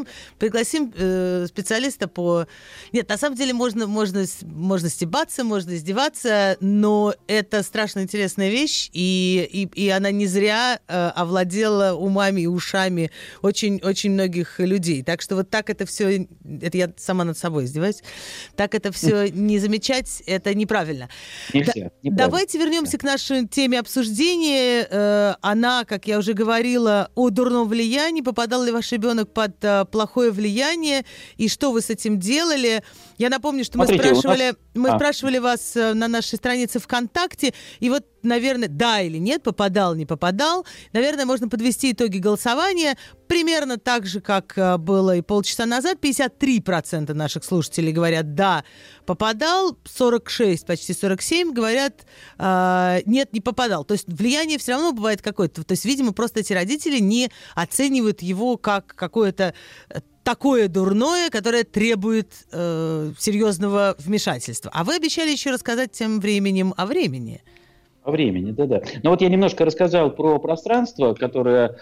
специалиста по... Нет, на самом деле можно стебаться, можно издеваться, но это страшно интересная вещь, и она не зря овладела умами и ушами очень многих людей. Так что вот так это все... Это я сама над собой издеваюсь. Так это все не замечать, это неправильно. Давайте вернемся к нашей теме обсуждения. Она, как я уже говорила, о дурном влиянии. Попадал ли ваш ребенок под плохое влияние? И что вы с этим делали? Я напомню, что мы спрашивали вас на нашей странице ВКонтакте. И вот наверное, да или нет, попадал, не попадал. Наверное, можно подвести итоги голосования примерно так же, как было и полчаса назад. 53% наших слушателей говорят «да, попадал», 46, почти 47 говорят «нет, не попадал». То есть влияние все равно бывает какое-то. То есть, видимо, просто эти родители не оценивают его как какое-то такое дурное, которое требует серьезного вмешательства. А вы обещали еще рассказать тем временем о времени. О времени, да-да. Но вот я немножко рассказал про пространство, которое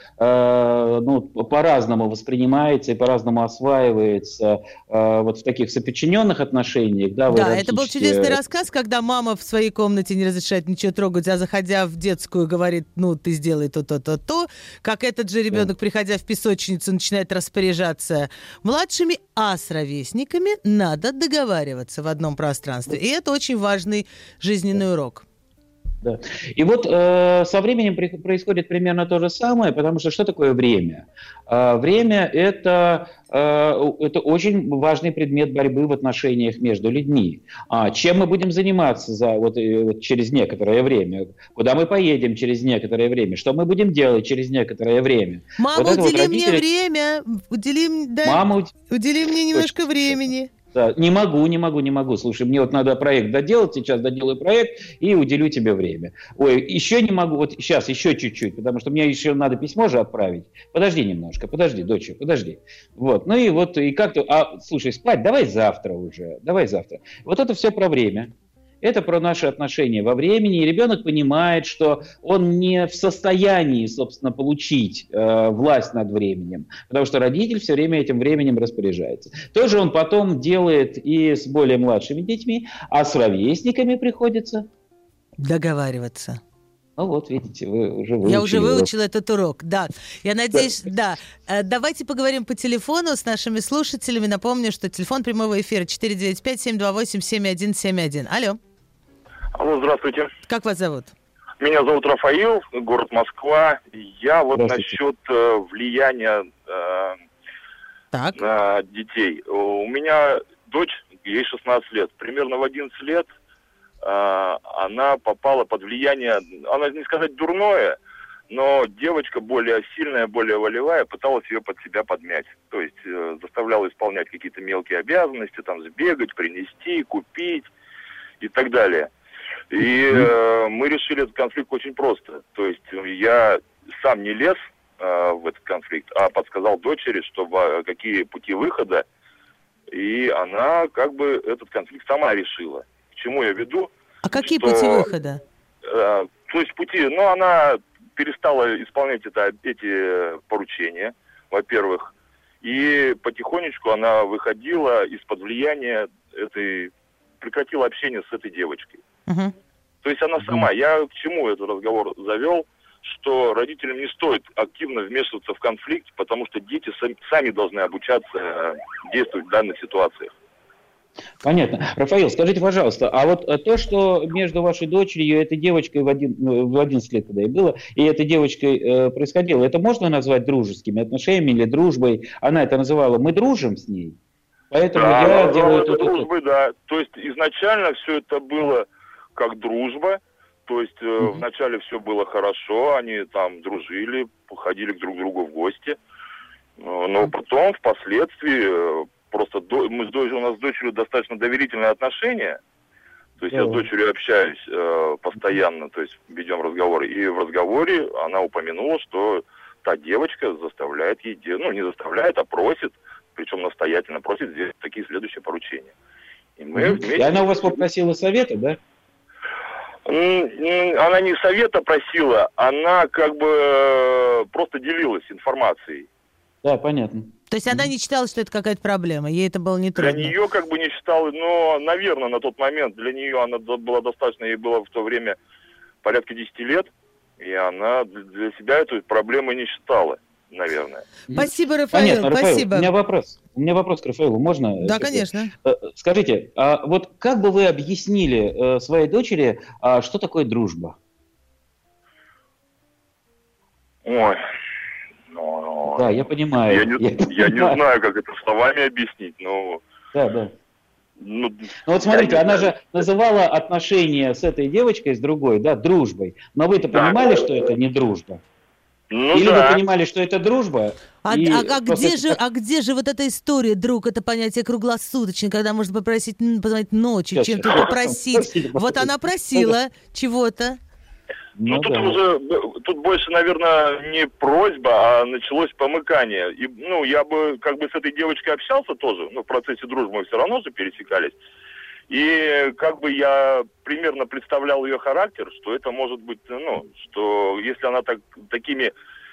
по-разному воспринимается и по-разному осваивается вот в таких соподчиненных отношениях. Да, это был чудесный рассказ, когда мама в своей комнате не разрешает ничего трогать, а заходя в детскую говорит, ты сделай то. Как этот же ребенок, приходя в песочницу, начинает распоряжаться младшими, а с ровесниками надо договариваться в одном пространстве. И это очень важный жизненный урок. Да. И вот со временем происходит примерно то же самое, потому что такое время? Время – это очень важный предмет борьбы в отношениях между людьми. Чем мы будем заниматься через некоторое время? Куда мы поедем через некоторое время? Что мы будем делать через некоторое время? Мама, удели мне время, удели мне немножко времени. Да, не могу. Слушай, мне вот надо проект доделать, сейчас доделаю проект и уделю тебе время. Ой, еще не могу, вот сейчас еще чуть-чуть, потому что мне еще надо письмо же отправить. Подожди немножко, доча, подожди. Вот, и как-то, слушай, спать давай завтра уже, Вот это все про время. Это про наши отношения во времени, и ребенок понимает, что он не в состоянии, собственно, получить власть над временем, потому что родитель все время этим временем распоряжается. То же он потом делает и с более младшими детьми, а с ровесниками приходится договариваться. Вот, видите, вы уже выучили. Я уже выучила этот урок, да. Я надеюсь, да. Давайте поговорим по телефону с нашими слушателями. Напомню, что телефон прямого эфира 495-728-7171. Алло. Алло, здравствуйте. Как вас зовут? Меня зовут Рафаил, город Москва. Я вот насчет влияния на детей. У меня дочь, ей 16 лет. Примерно в 11 лет она попала под влияние, она не сказать дурное, но девочка более сильная, более волевая, пыталась ее под себя подмять. То есть заставляла исполнять какие-то мелкие обязанности, там сбегать, принести, купить и так далее. И мы решили этот конфликт очень просто. То есть я сам не лез в этот конфликт, а подсказал дочери, какие пути выхода, и она этот конфликт сама решила. К чему я веду? А какие пути выхода? То есть пути, она перестала исполнять эти поручения, во-первых, и потихонечку она выходила из-под влияния прекратила общение с этой девочкой. Угу. То есть она сама. Я к чему этот разговор завел? Что родителям не стоит активно вмешиваться в конфликт, потому что дети сами должны обучаться действовать в данных ситуациях. Понятно. Рафаил, скажите, пожалуйста, а вот то, что между вашей дочерью и этой девочкой в 11 лет, когда ей было, и этой девочкой происходило, это можно назвать дружескими отношениями или дружбой? Она это называла «мы дружим с ней», поэтому я делаю это дружбой, да. То есть изначально все это было как дружба, то есть вначале все было хорошо, они там дружили, ходили друг к другу в гости, но потом, впоследствии, просто у нас с дочерью достаточно доверительные отношения, то есть я с дочерью общаюсь постоянно, то есть ведем разговоры, и в разговоре она упомянула, что та девочка заставляет ей, не заставляет, а просит, причем настоятельно просит сделать такие следующие поручения. И мы вместе... И она у вас попросила совета, да? Она не совета просила, она просто делилась информацией. Да, понятно. То есть она не считала, что это какая-то проблема, ей это было не трудно? Для нее не считала, но, наверное, на тот момент для нее она была достаточно, ей было в то время порядка 10 лет, и она для себя эту проблему не считала, наверное. Спасибо, Рафаил. Понятно, спасибо. Рафаил, у меня вопрос к Рафаилу, можно? Да, конечно. Скажите, а вот как бы вы объяснили своей дочери, что такое дружба? Ой... Да, я понимаю. Я не знаю, как это словами объяснить, но... Да. Ну вот смотрите, она же называла отношения с этой девочкой, с другой, да, дружбой. Но вы-то понимали, что это не дружба? Ну, Или да. вы понимали, что это дружба? Где же вот эта история, друг, это понятие круглосуточное, когда можно попросить позвонить ночью, чем-то попросить. Вот она просила чего-то. Ну, тут уже, тут больше, наверное, не просьба, а началось помыкание. И, ну, я бы как бы с этой девочкой общался тоже, ну, в процессе дружбы мы все равно же пересекались. И как бы я примерно представлял ее характер, что это может быть, ну, что если она такими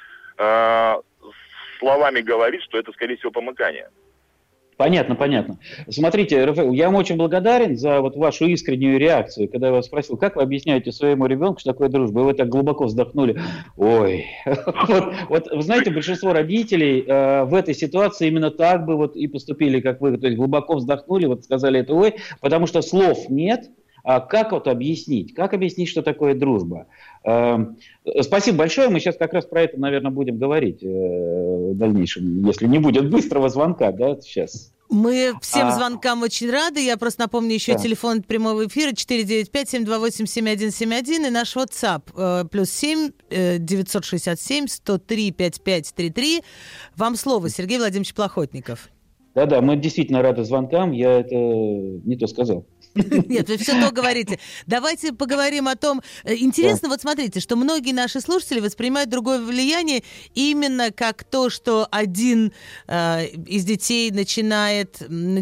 словами говорит, что это, скорее всего, помыкание. Понятно. Смотрите, Рафаэль, я вам очень благодарен за вот вашу искреннюю реакцию, когда я вас спросил, как вы объясняете своему ребенку, что такое дружба, и вы так глубоко вздохнули. Ой, вот вы знаете, большинство родителей в этой ситуации именно так бы вот и поступили, как вы, то есть глубоко вздохнули, вот сказали это ой, потому что слов нет. А как вот объяснить? Как объяснить, что такое дружба? Спасибо большое. Мы сейчас как раз про это, наверное, будем говорить в дальнейшем, если не будет быстрого звонка, да, сейчас. Мы всем звонкам очень рады. Я просто напомню еще телефон прямого эфира 495-728-7171 и наш WhatsApp +7 967 103 5533. Вам слово, Сергей Владимирович Плохотников. Да, мы действительно рады звонкам. Я это не то сказал. Нет, вы все то говорите. Давайте поговорим о том... Интересно, вот смотрите, что многие наши слушатели воспринимают другое влияние именно как то, что один из детей начинает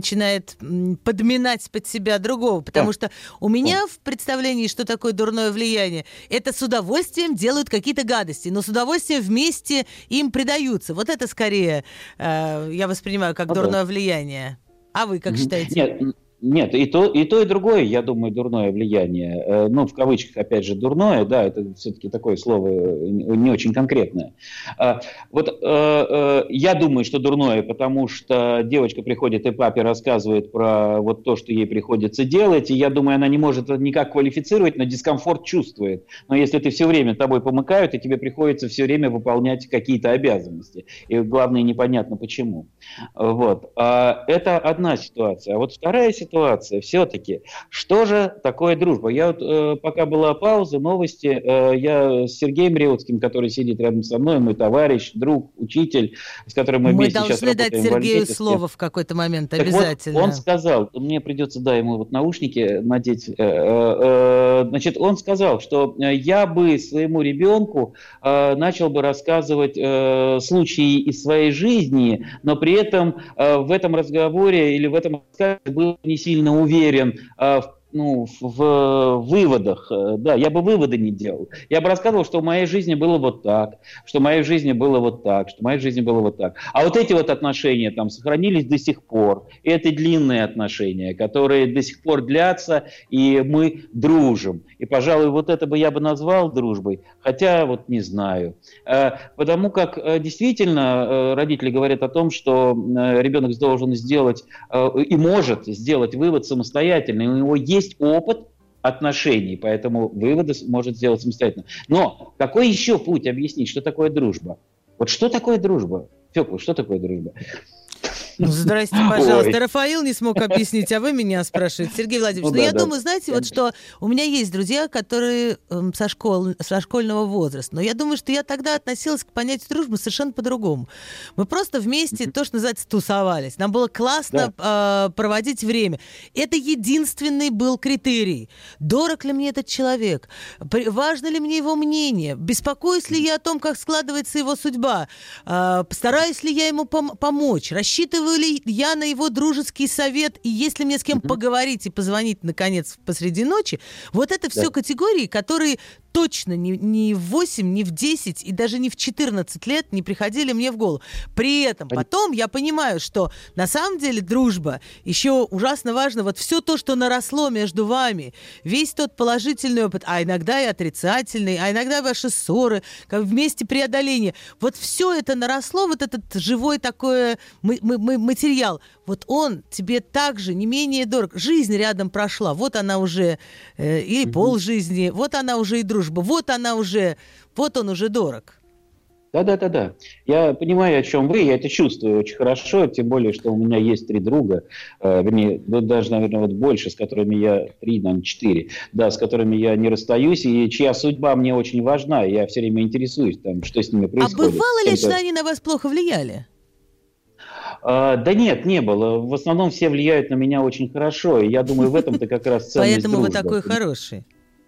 подминать под себя другого. Потому что у меня в представлении, что такое дурное влияние, это с удовольствием делают какие-то гадости, но с удовольствием вместе им предаются. Вот это скорее я воспринимаю как дурное влияние. А вы как считаете? Нет, и то, и другое, я думаю, дурное влияние. Ну, в кавычках, опять же, дурное, да, это все-таки такое слово не очень конкретное. Вот я думаю, что дурное, потому что девочка приходит и папе рассказывает про вот то, что ей приходится делать, и я думаю, она не может это никак квалифицировать, но дискомфорт чувствует. Но если ты все время тобой помыкают, и тебе приходится все время выполнять какие-то обязанности, и главное, непонятно почему. Вот. Это одна ситуация. А вот вторая ситуация, все-таки, что же такое дружба? Я вот, пока была пауза, новости, я с Сергеем Реутским, который сидит рядом со мной, мой товарищ, друг, учитель, с которым мы вместе сейчас работаем. Мы должны дать Сергею слово в какой-то момент, так обязательно. Вот, он сказал, мне придется, ему вот наушники надеть, значит, он сказал, что я бы своему ребенку начал бы рассказывать случаи из своей жизни, но при этом в этом разговоре или в этом рассказе был не сильно уверен в выводах. Да, я бы выводы не делал. Я бы рассказывал, что в моей жизни было вот так, что в моей жизни было вот так, что в моей жизни было вот так. А вот эти вот отношения там сохранились до сих пор. И это длинные отношения, которые до сих пор длятся, и мы дружим. И, пожалуй, вот это бы я бы назвал дружбой, хотя вот не знаю. Потому как действительно родители говорят о том, что ребенок должен сделать и может сделать вывод самостоятельно, и у него есть опыт отношений, поэтому выводы может сделать самостоятельно. Но какой еще путь объяснить, что такое дружба? Вот что такое дружба? Фёкла, что такое дружба? Здрасте, пожалуйста. Ой. Рафаил не смог объяснить, а вы меня спрашиваете. Сергей Владимирович, я думаю, знаете, вот что у меня есть друзья, которые со школьного возраста, но я думаю, что я тогда относилась к понятию дружбы совершенно по-другому. Мы просто вместе, то, что называется, тусовались. Нам было классно проводить время. Это единственный был критерий. Дорог ли мне этот человек? Важно ли мне его мнение? Беспокоюсь ли я о том, как складывается его судьба? Постараюсь ли я ему помочь? Рассчитываю ли я на его дружеский совет, и если мне с кем поговорить и позвонить, наконец, посреди ночи, вот это все категории, которые точно ни в 8, ни в 10 и даже не в 14 лет не приходили мне в голову. При этом потом я понимаю, что на самом деле дружба еще ужасно важно. Вот все то, что наросло между вами, весь тот положительный опыт, а иногда и отрицательный, а иногда ваши ссоры, как вместе преодоление. Вот все это наросло, вот этот живой такой материал. Вот он тебе также не менее дорог. Жизнь рядом прошла. Вот она уже или полжизни, вот она уже и дружба. Вот она уже, вот он уже дорог. Да. Я понимаю, о чем вы, я это чувствую очень хорошо, тем более, что у меня есть 3 друга, вернее, даже, наверное, вот больше, с которыми я, 3, наверное, 4, да, с которыми я не расстаюсь, и чья судьба мне очень важна, я все время интересуюсь, там, что с ними происходит. А бывало ли, что они на вас плохо влияли? Да нет, не было. В основном все влияют на меня очень хорошо, и я думаю, в этом-то как раз ценность Поэтому дружбы. вы такой хороший.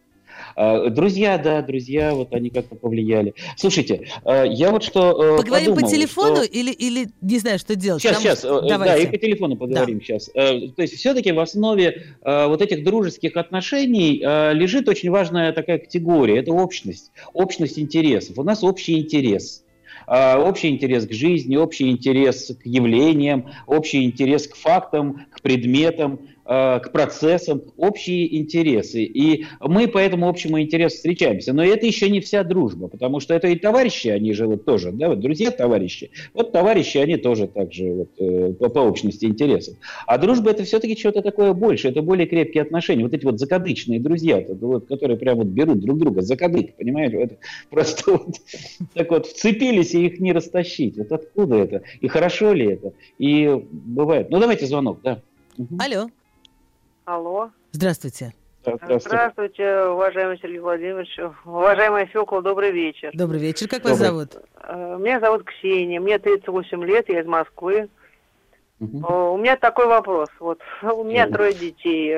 Друзья, вот они как-то повлияли. Слушайте, я вот что Поговорим подумал, по телефону что... или не знаю, что делать? Сейчас, да, Давайте. и по телефону поговорим сейчас. То есть все-таки в основе вот этих дружеских отношений лежит очень важная такая категория. Это общность интересов. У нас общий интерес. Общий интерес к жизни, общий интерес к явлениям, общий интерес к фактам, к предметам, к процессам, общие интересы. И мы по этому общему интересу встречаемся. Но это еще не вся дружба, потому что это и товарищи, они же вот тоже, да, вот друзья-товарищи. Вот товарищи, они тоже так же вот, по общности интересов. А дружба это все-таки что-то такое больше, это более крепкие отношения. Вот эти вот закадычные друзья, вот, которые прям вот берут друг друга за кадык, понимаете? Это просто вот так вот вцепились и их не растащить. Вот откуда это? И хорошо ли это? И бывает. Ну давайте звонок, да. Алло. Алло. Здравствуйте. Здравствуйте, уважаемый Сергей Владимирович. Уважаемая Фёкла, добрый вечер. Добрый вечер. Как вас зовут? Меня зовут Ксения, мне 38 лет, я из Москвы. У меня такой вопрос. Вот, у меня 3 детей.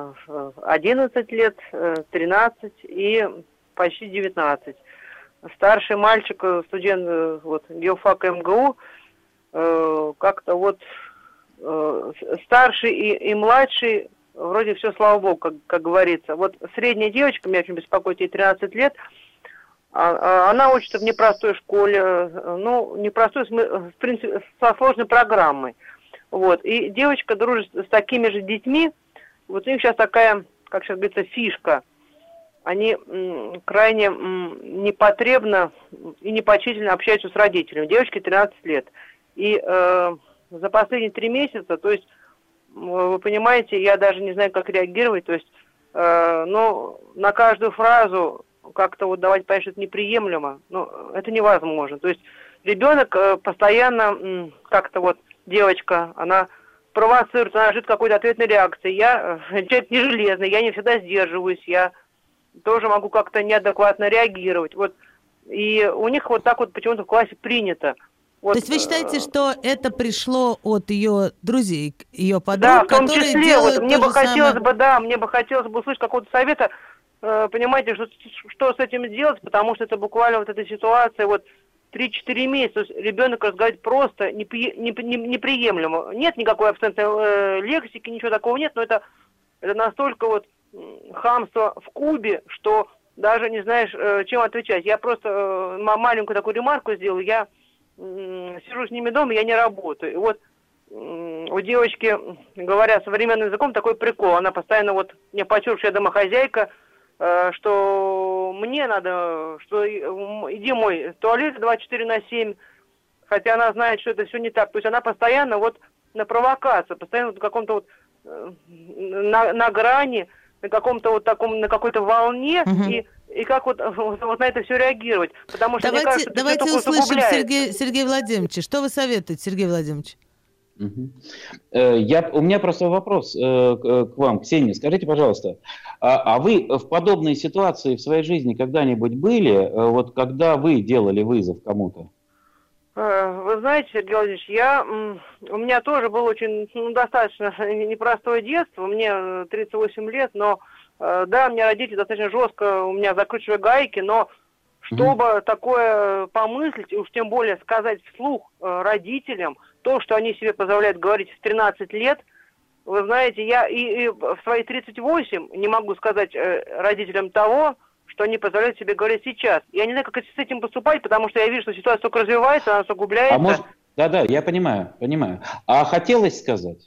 11 лет, 13 и почти 19. Старший мальчик, студент вот, геофака МГУ, как-то вот старший и младший, вроде все, слава богу, как говорится. Вот средняя девочка, меня очень беспокоит, ей 13 лет, она учится в непростой школе, ну, непростой, в принципе, со сложной программой. Вот, и девочка дружит с такими же детьми, вот у них сейчас такая, как сейчас говорится, фишка. Они крайне непотребно и непочтительно общаются с родителями. Девочке 13 лет. И за последние 3 месяца, то есть, вы понимаете, я даже не знаю, как реагировать, то есть, но на каждую фразу как-то вот давать понять, что это неприемлемо, ну, это невозможно. То есть, ребенок постоянно как-то вот, девочка, она провоцирует, она ждет какой-то ответной реакции. Я человек не железный, я не всегда сдерживаюсь, я тоже могу как-то неадекватно реагировать. Вот. И у них вот так вот почему-то в классе принято. Вот, то есть вы считаете, что это пришло от ее друзей, ее подруг, да, в том которые числе, делают вот, мне бы хотелось бы услышать какого-то совета, понимаете, что с этим делать, потому что это буквально вот эта ситуация, вот 3-4 месяца, то есть ребенок разговаривает просто неприемлемо. Нет никакой абсолютной лексики, ничего такого нет, но это настолько вот хамство в кубе, что даже не знаешь, чем отвечать. Я просто маленькую такую ремарку сделал, я сижу с ними дома, я не работаю. И вот у девочки, говоря современным языком, такой прикол. Она постоянно вот мне подчеркивает, что я домохозяйка, что мне надо, что иди мой туалет 24/7, хотя она знает, что это все не так. То есть она постоянно вот на провокацию, постоянно вот в каком-то вот на грани, на каком-то вот таком, на какой-то волне, и как вот на это все реагировать. Потому что, мне кажется, давайте услышим Сергея Владимировича. Что вы советуете, Сергей Владимирович? У меня просто вопрос к вам, Ксения. Скажите, пожалуйста, а вы в подобной ситуации в своей жизни когда-нибудь были, вот когда вы делали вызов кому-то? Вы знаете, Сергей Владимирович, у меня тоже было очень достаточно непростое детство, мне 38 лет, но да, мне родители достаточно жестко у меня закручивали гайки, но чтобы такое помыслить, и уж тем более сказать вслух родителям, то, что они себе позволяют говорить в 13 лет, вы знаете, я и в свои 38 не могу сказать родителям того, что они позволяют себе говорить сейчас. Я не знаю, как с этим поступать, потому что я вижу, что ситуация только развивается, она усугубляется. Да, я понимаю. А хотелось сказать?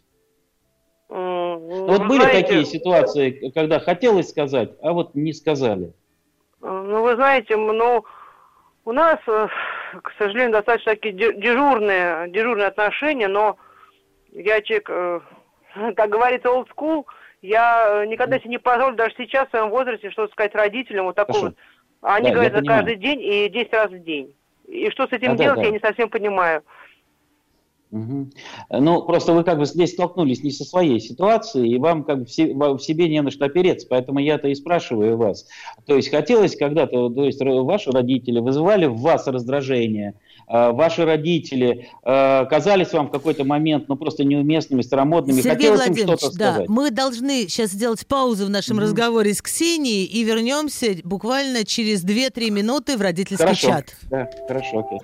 Вот были такие ситуации, когда хотелось сказать, а вот не сказали? Ну, вы знаете, у нас, к сожалению, достаточно такие дежурные отношения, но я человек, как говорится, old school, я никогда себе не позволю даже сейчас в своем возрасте что-то сказать родителям, вот такого. Они говорят за каждый день и 10 раз в день. И что с этим делать, я не совсем понимаю. Угу. Ну, просто вы как бы здесь столкнулись не со своей ситуацией, и вам как бы в себе не на что опереться, поэтому я-то и спрашиваю вас. То есть хотелось когда-то, то есть ваши родители вызывали в вас раздражение, ваши родители казались вам в какой-то момент, ну, просто неуместными, старомодными, Сергей хотелось им Владимирович, что-то да, сказать. мы должны сейчас сделать паузу в нашем разговоре с Ксенией и вернемся буквально через 2-3 минуты в родительский чат. Да, хорошо, окей.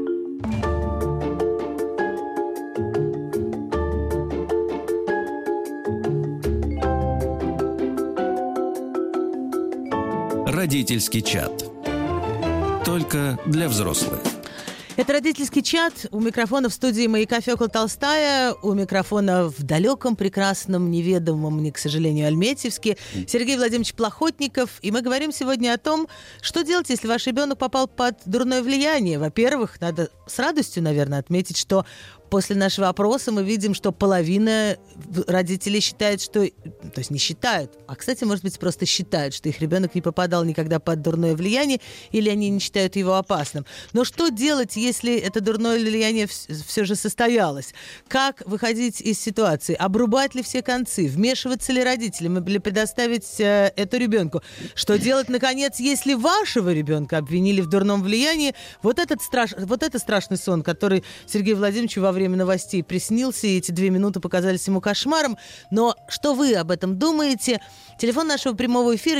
Родительский чат. Только для взрослых. Это родительский чат. У микрофона в студии «Маяка» Фёкла Толстая. У микрофона в далеком, прекрасном, неведомом мне, к сожалению, Альметьевске Сергей Владимирович Плохотников. И мы говорим сегодня о том, что делать, если ваш ребенок попал под дурное влияние. Во-первых, надо с радостью, наверное, отметить, что после нашего опроса мы видим, что половина родителей считает, что... То есть не считают, а, кстати, может быть, просто считают, что их ребенок не попадал никогда под дурное влияние, или они не считают его опасным. Но что делать, если это дурное влияние все же состоялось? Как выходить из ситуации? Обрубать ли все концы? Вмешиваться ли родителям или предоставить это ребенку? Что делать, наконец, если вашего ребенка обвинили в дурном влиянии? Вот это страшный сон, который Сергею Владимировичу во время новостей приснился, и эти 2 минуты показались ему кошмаром. Но что вы об этом думаете? Телефон нашего прямого эфира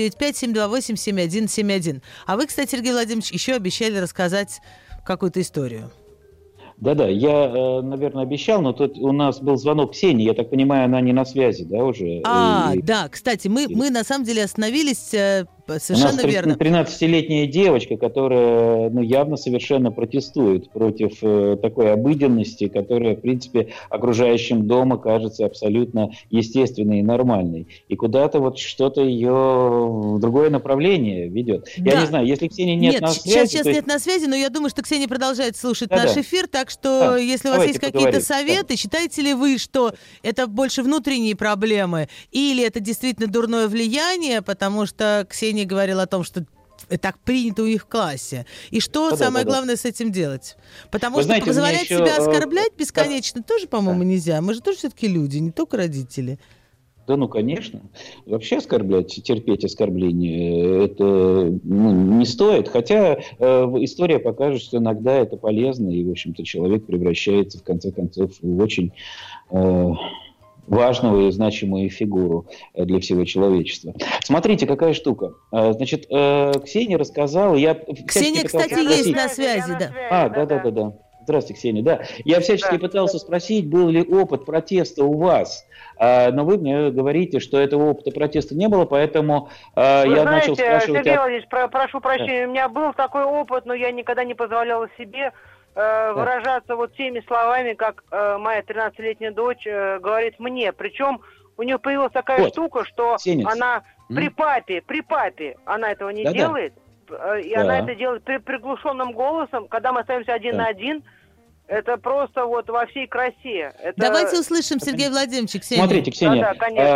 495-728-7171. А вы, кстати, Сергей Владимирович, еще обещали рассказать какую-то историю. Да-да, я, наверное, обещал, но тут у нас был звонок Ксении, я так понимаю, она не на связи, да, уже? Да, кстати, мы на самом деле остановились... Совершенно верно. 13-летняя девочка, которая явно совершенно протестует против такой обыденности, которая, в принципе, окружающим дома кажется абсолютно естественной и нормальной. И куда-то вот что-то ее в другое направление ведет. Да. Я не знаю, если Ксении нет на связи... Сейчас нет на связи, но я думаю, что Ксения продолжает слушать наш эфир, так что если у вас есть какие-то советы, считаете ли вы, что это больше внутренние проблемы или это действительно дурное влияние, потому что Ксения говорил о том, что так принято у них в классе. И что самое главное с этим делать? Потому что позволять себя оскорблять бесконечно тоже, по-моему, нельзя. Мы же тоже все-таки люди, не только родители. Да, ну, конечно. Вообще оскорблять, терпеть оскорбление, это не стоит. Хотя история покажет, что иногда это полезно, и, в общем-то, человек превращается, в конце концов, в очень... важную и значимую фигуру для всего человечества. Смотрите, какая штука. Значит, Ксения рассказала... Ксения, кстати, есть на связи, да. Да. Здравствуйте, Ксения, да. Я всячески пытался спросить, был ли опыт протеста у вас, но вы мне говорите, что этого опыта протеста не было, поэтому начал спрашивать... Сергей Владимирович, прошу прощения, у меня был такой опыт, но я никогда не позволяла себе выражаться вот теми словами, как моя 13-летняя дочь говорит мне. Причем у нее появилась такая штука, что она при папе, она этого не делает, и она это делает приглушенным голосом, когда мы остаемся один на один. Это просто вот во всей красе. Давайте услышим Сергея Владимировича, Ксения. Смотрите, Ксения,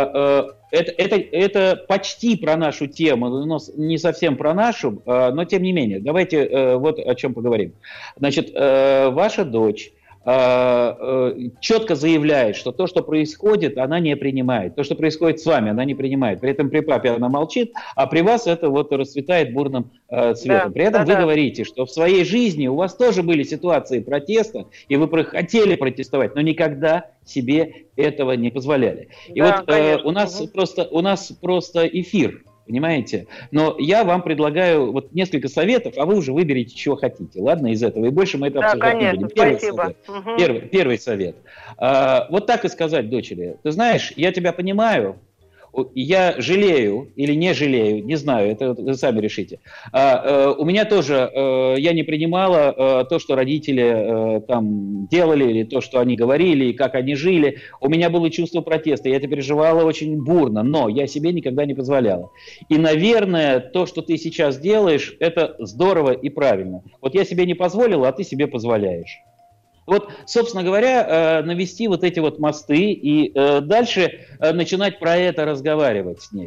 это почти про нашу тему, но не совсем про нашу, но тем не менее. Давайте вот о чем поговорим. Значит, ваша дочь четко заявляет, что то, что происходит, она не принимает. То, что происходит с вами, она не принимает. При этом при папе она молчит, а при вас это вот расцветает бурным цветом. При этом вы говорите, что в своей жизни у вас тоже были ситуации протеста, и вы хотели протестовать, но никогда себе этого не позволяли. И вот у нас просто эфир. Понимаете? Но я вам предлагаю вот несколько советов, а вы уже выберите, чего хотите. Ладно, из этого. И больше мы это обсуждать не будем. Первый совет. Вот так и сказать дочери. Ты знаешь, я тебя понимаю, я жалею или не жалею, не знаю, это вы сами решите. У меня тоже, я не принимала то, что родители там делали, или то, что они говорили, и как они жили. У меня было чувство протеста, я это переживала очень бурно, но я себе никогда не позволяла. И, наверное, то, что ты сейчас делаешь, это здорово и правильно. Вот я себе не позволила, а ты себе позволяешь. Вот, собственно говоря, навести вот эти вот мосты и дальше начинать про это разговаривать с ней.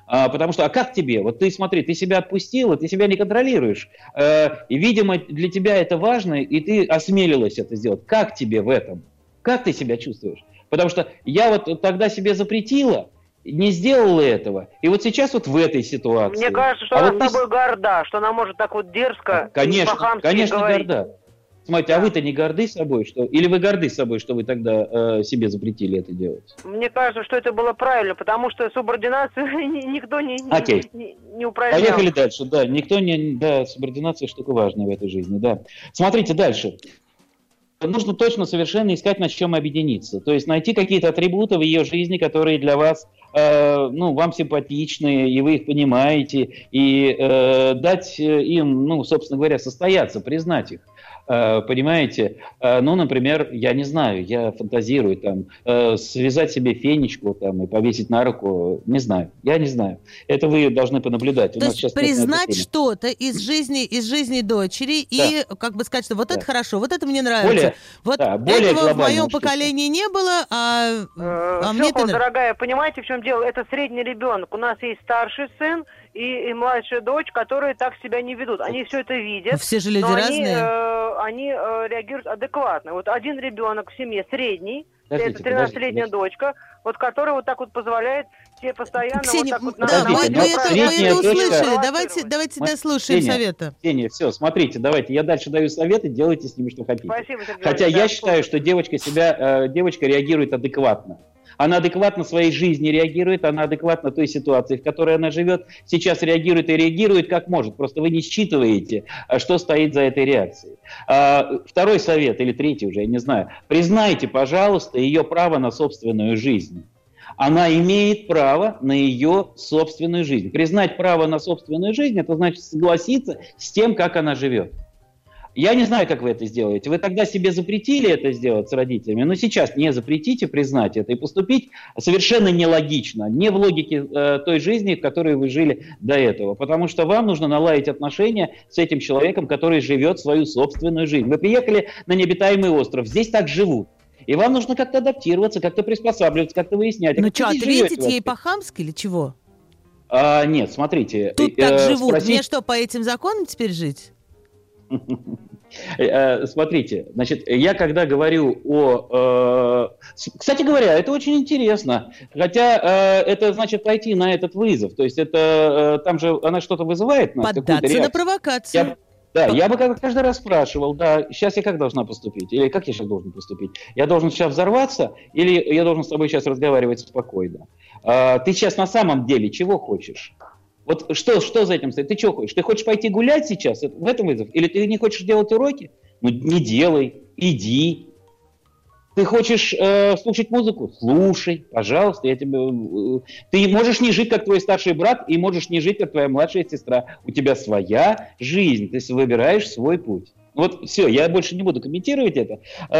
Потому что, а как тебе? Вот ты смотри, ты себя отпустила, ты себя не контролируешь. И, видимо, для тебя это важно, и ты осмелилась это сделать. Как тебе в этом? Как ты себя чувствуешь? Потому что я вот тогда себе запретила, не сделала этого. И вот сейчас вот в этой ситуации. Мне кажется, что она с тобой горда, что она может так вот дерзко и по-хамски конечно, говорить. горда. Смотрите, а вы-то не горды собой, что? Или вы горды собой, что вы тогда себе запретили это делать? Мне кажется, что это было правильно, потому что субординацию никто не управлял. Поехали дальше, да. Субординация штука важная в этой жизни, да. Смотрите дальше. Нужно точно совершенно искать, на чем объединиться. То есть найти какие-то атрибуты в ее жизни, которые для вас, вам симпатичны, и вы их понимаете, и дать им, собственно говоря, состояться, признать их. Понимаете? Например, я не знаю, я фантазирую, связать себе фенечку и повесить на руку, не знаю, я не знаю. Это вы должны понаблюдать. То есть признать что-то из жизни дочери и как бы сказать, что вот это хорошо, вот это мне нравится. Более этого в моем поколении не было, а мне это нравится. Дорогая, понимаете, в чем дело? Это средний ребенок. У нас есть старший сын и младшая дочь, которые так себя не ведут. Они все это видят. Все же люди разные. Они реагируют адекватно. Вот один ребенок в семье средний, это 13-летняя дочка, вот которая вот так вот позволяет тебе постоянно Ксения, вот так вот... мы это услышали. Давайте дослушаем совета. Ксения, все, смотрите, давайте, я дальше даю советы, делайте с ними, что хотите. Спасибо, Сергей. Хотя я считаю, что девочка реагирует адекватно. Она адекватно своей жизни реагирует, она адекватно той ситуации, в которой она живет, сейчас реагирует и реагирует как может. Просто вы не считываете, что стоит за этой реакцией. Второй совет, или третий уже, я не знаю. Признайте, пожалуйста, ее право на собственную жизнь. Она имеет право на ее собственную жизнь. Признать право на собственную жизнь, это значит согласиться с тем, как она живет. Я не знаю, как вы это сделаете. Вы тогда себе запретили это сделать с родителями, но сейчас не запретите признать это и поступить совершенно нелогично, не в логике той жизни, в которой вы жили до этого. Потому что вам нужно наладить отношения с этим человеком, который живет свою собственную жизнь. Вы приехали на необитаемый остров, здесь так живут. И вам нужно как-то адаптироваться, как-то приспосабливаться, как-то выяснять. Ну что, ответить ей по-хамски или чего? Нет, смотрите. Тут так живут. Мне что, по этим законам теперь жить? Смотрите, значит, я когда говорю кстати говоря, это очень интересно, хотя это значит пойти на этот вызов, то есть это там же она что-то вызывает. Поддаться на провокацию. Я бы каждый раз спрашивал, сейчас я как должна поступить, или как я сейчас должен поступить? Я должен сейчас взорваться, или я должен с тобой сейчас разговаривать спокойно? Ты сейчас на самом деле чего хочешь? Вот что за этим стоит? Ты что хочешь? Ты хочешь пойти гулять сейчас? В этом вызов? Или ты не хочешь делать уроки? Ну, не делай, иди. Ты хочешь слушать музыку? Слушай, пожалуйста. Ты можешь не жить, как твой старший брат, и можешь не жить, как твоя младшая сестра. У тебя своя жизнь, ты выбираешь свой путь. Вот все, я больше не буду комментировать это.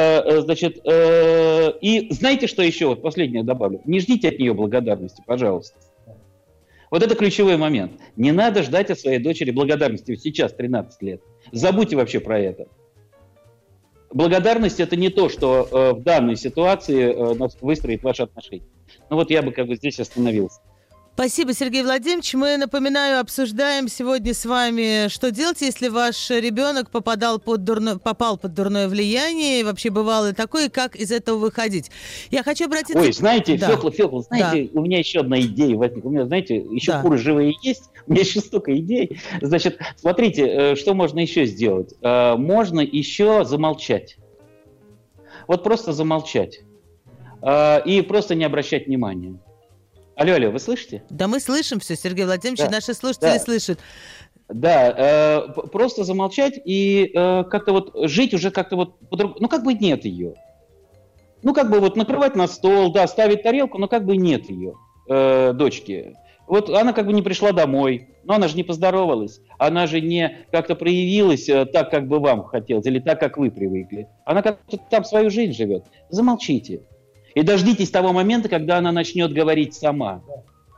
И знаете, что еще? Вот последнее добавлю. Не ждите от нее благодарности, пожалуйста. Вот это ключевой момент. Не надо ждать от своей дочери благодарности. Сейчас 13 лет. Забудьте вообще про это. Благодарность – это не то, что в данной ситуации выстроит ваши отношения. Я бы здесь остановился. Спасибо, Сергей Владимирович. Мы, напоминаю, обсуждаем сегодня с вами, что делать, если ваш ребенок попал под дурное влияние, и вообще бывало такое, как из этого выходить. Я хочу обратиться... Ой, знаете, Фёкла, знаете, у меня еще одна идея возникла. У меня, знаете, еще куры живые есть, у меня еще столько идей. Значит, смотрите, что можно еще сделать. Можно еще замолчать. Вот просто замолчать. И просто не обращать внимания. Алло, вы слышите? Да, мы слышим все, Сергей Владимирович, наши слушатели слышат. Да, просто замолчать и как-то жить уже как-то по-другому. Как бы нет ее. Накрывать на стол, ставить тарелку, но как бы нет ее, дочки. Она как бы не пришла домой, но она же не поздоровалась, она же не как-то проявилась так, как бы вам хотелось, или так, как вы привыкли. Она как-то там свою жизнь живет. Замолчите. И дождитесь того момента, когда она начнет говорить сама.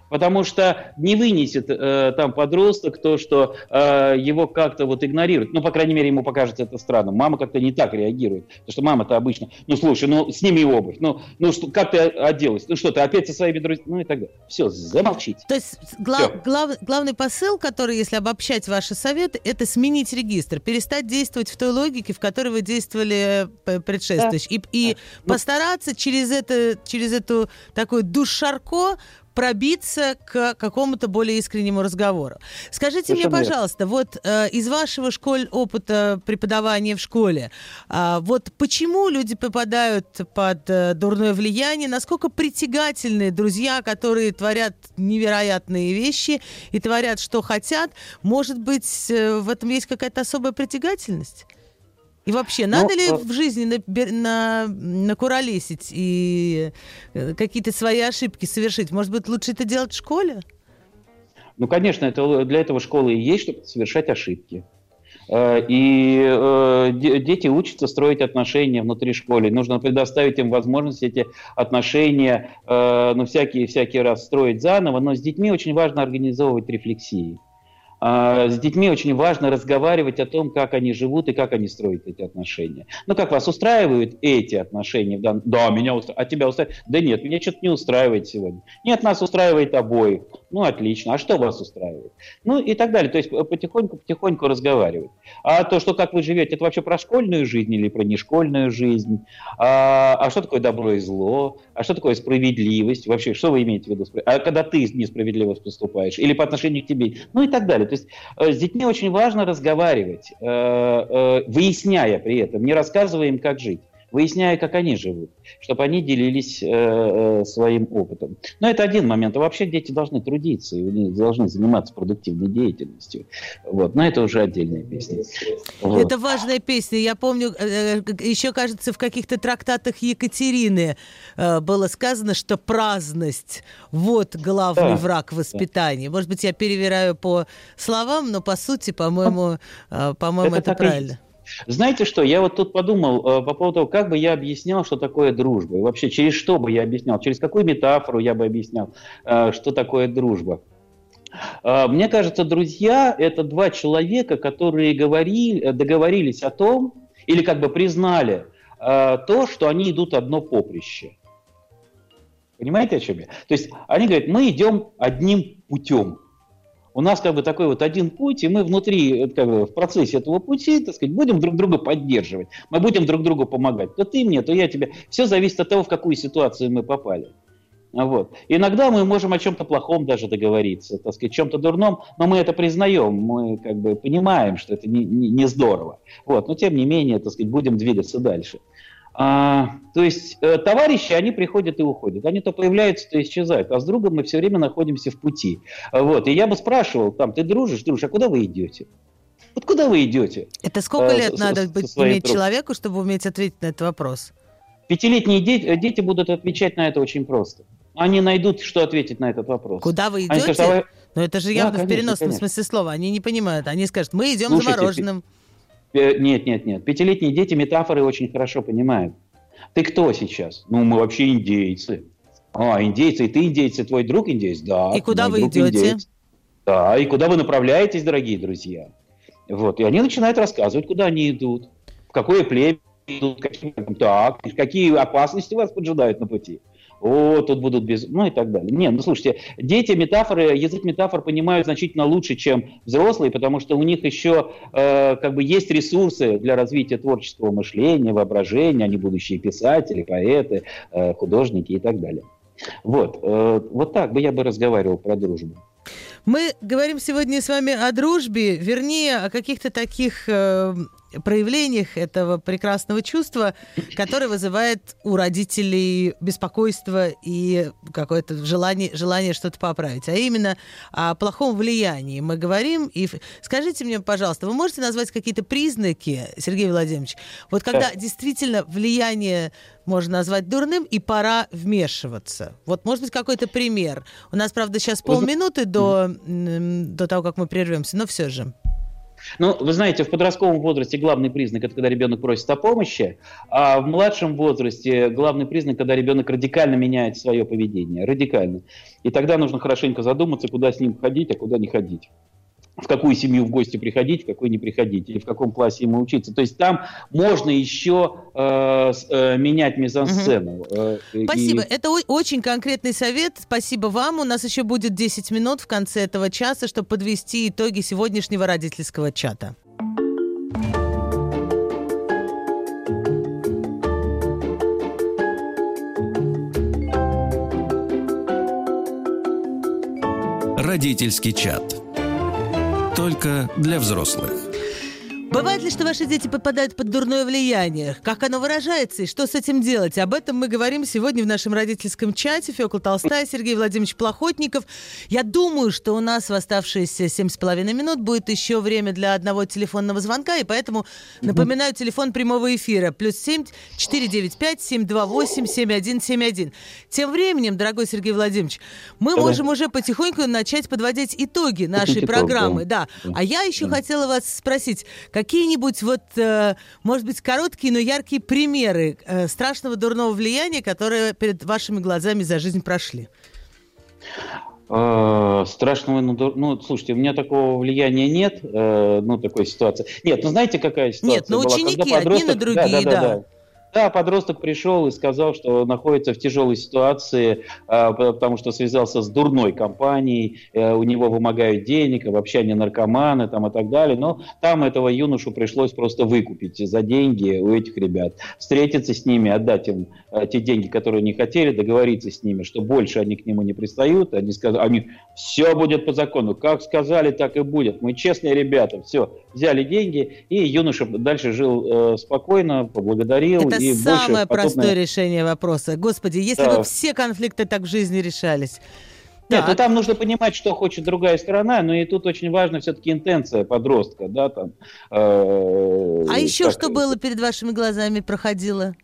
Потому что не вынесет там подросток то, что его как-то вот игнорируют. Ну, по крайней мере, ему покажется это странным. Мама как-то не так реагирует. Потому что мама-то обычно, ну, слушай, ну, сними обувь. Ну что, как ты оделась? Ну, что, ты опять со своими друзьями? Ну, и так далее. Все, замолчите. То есть главный посыл, который, если обобщать ваши советы, это сменить регистр, перестать действовать в той логике, в которой вы действовали предшествующе. Да. И постараться через эту такую душарко пробиться к какому-то более искреннему разговору. Скажите мне, пожалуйста, вот из вашего опыта преподавания в школе, вот почему люди попадают под дурное влияние, насколько притягательны друзья, которые творят невероятные вещи и творят, что хотят? Может быть, в этом есть какая-то особая притягательность? И вообще, надо ли в жизни накуролесить и какие-то свои ошибки совершить? Может быть, лучше это делать в школе? Ну, конечно, для этого школа и есть, чтобы совершать ошибки. И дети учатся строить отношения внутри школы. Нужно предоставить им возможность эти отношения всякий раз строить заново. Но с детьми очень важно организовывать рефлексии. С детьми очень важно разговаривать о том, как они живут и как они строят эти отношения. Ну, как вас устраивают эти отношения? Да, меня устраивает. А тебя устраивает? Да нет, меня что-то не устраивает сегодня. Нет, нас устраивает обоих. Ну, отлично. А что вас устраивает? Ну, и так далее. То есть потихоньку разговаривать. А то, что как вы живете, это вообще про школьную жизнь или про нешкольную жизнь? А что такое добро и зло? А что такое справедливость? Вообще, что вы имеете в виду? А когда ты несправедливо поступаешь? Или по отношению к тебе? Ну, и так далее. То есть с детьми очень важно разговаривать, выясняя при этом, не рассказывая им, как жить, выясняя, как они живут, чтобы они делились своим опытом. Но это один момент. А вообще дети должны трудиться, и они должны заниматься продуктивной деятельностью. Вот. Но это уже отдельная песня. Вот. Это важная песня. Я помню, еще, кажется, в каких-то трактатах Екатерины было сказано, что праздность – вот главный враг воспитания. Может быть, я перевираю по словам, но по сути, по-моему, это правильно. Знаете что, я вот тут подумал по поводу того, как бы я объяснял, что такое дружба. И вообще, через что бы я объяснял, через какую метафору я бы объяснял, что такое дружба. Мне кажется, друзья – это два человека, которые договорились о том, или как бы признали то, что они идут одно поприще. Понимаете, о чем я? То есть они говорят, мы идем одним путем. У нас как бы такой вот один путь, и мы внутри, как бы, в процессе этого пути, так сказать, будем друг друга поддерживать. Мы будем друг другу помогать. То ты мне, то я тебе. Все зависит от того, в какую ситуацию мы попали. Вот. Иногда мы можем о чем-то плохом даже договориться, так сказать, о чем-то дурном, но мы это признаем, мы как бы понимаем, что это не здорово. Вот. Но тем не менее, так сказать, будем двигаться дальше. То есть товарищи, они приходят и уходят. Они то появляются, то исчезают. А с другом мы все время находимся в пути. Вот. И я бы спрашивал, ты дружишь, а куда вы идете? Вот куда вы идете? Это сколько лет надо иметь человеку, чтобы уметь ответить на этот вопрос? 5-летние дети будут отвечать на это очень просто. Они найдут, что ответить на этот вопрос. Куда вы идете? Скажут, но это же явно в переносном смысле слова. Они не понимают. Они скажут, мы идем за мороженым. Нет. 5-летние дети метафоры очень хорошо понимают. Ты кто сейчас? Ну, мы вообще индейцы. Индейцы, и ты индейец, и твой друг индейец? Да. И куда вы идете? Индейец. Да, и куда вы направляетесь, дорогие друзья? Вот, и они начинают рассказывать, куда они идут, в какое племя идут, какие опасности вас поджидают на пути. Тут будут ну и так далее. Слушайте, дети язык метафор понимают значительно лучше, чем взрослые, потому что у них еще есть ресурсы для развития творческого мышления, воображения, они будущие писатели, поэты, художники и так далее. Вот так бы я разговаривал про дружбу. Мы говорим сегодня с вами о дружбе, вернее, о каких-то таких проявлениях этого прекрасного чувства, которое вызывает у родителей беспокойство и какое-то желание что-то поправить. А именно о плохом влиянии мы говорим. И скажите мне, пожалуйста, вы можете назвать какие-то признаки, Сергей Владимирович, вот когда действительно влияние можно назвать дурным, и пора вмешиваться? Вот, может быть, какой-то пример. У нас, правда, сейчас полминуты до того, как мы прервемся, но все же. Ну, вы знаете, в подростковом возрасте главный признак – это когда ребенок просит о помощи, а в младшем возрасте главный признак – когда ребенок радикально меняет свое поведение. Радикально. И тогда нужно хорошенько задуматься, куда с ним ходить, а куда не ходить. В какую семью в гости приходить, в какую не приходить, или в каком классе ему учиться. То есть там можно еще менять мизансцену. Спасибо. Это очень конкретный совет. Спасибо вам. У нас еще будет 10 минут в конце этого часа, чтобы подвести итоги сегодняшнего родительского чата. Родительский чат. Только для взрослых. Бывает ли, что ваши дети попадают под дурное влияние? Как оно выражается и что с этим делать? Об этом мы говорим сегодня в нашем родительском чате. Фёкла Толстая, Сергей Владимирович Плохотников. Я думаю, что у нас в оставшиеся 7,5 минут будет еще время для одного телефонного звонка, и поэтому напоминаю телефон прямого эфира. +7 495 728 7171. Тем временем, дорогой Сергей Владимирович, мы можем уже потихоньку начать подводить итоги нашей программы. Да. А я еще хотела вас спросить, какие-нибудь может быть, короткие, но яркие примеры страшного дурного влияния, которые перед вашими глазами за жизнь прошли? Страшного, слушайте, у меня такого влияния нет, такой ситуации. Нет, знаете, какая ситуация была? Нет, ученики одни на другие, да. Да, подросток пришел и сказал, что находится в тяжелой ситуации, потому что связался с дурной компанией, у него вымогают денег, вообще они наркоманы там, и так далее. Но там этого юношу пришлось просто выкупить за деньги у этих ребят. Встретиться с ними, отдать им те деньги, которые они хотели, договориться с ними, что больше они к нему не пристают. Они сказали, все будет по закону. Как сказали, так и будет. Мы честные ребята. Все, взяли деньги, и юноша дальше жил спокойно, поблагодарил. Это самое простое решение вопроса. Господи, если бы все конфликты так в жизни решались. Нет, ну там нужно понимать, что хочет другая сторона, но и тут очень важна все-таки интенция подростка, да, там. А еще что было перед вашими глазами, проходило?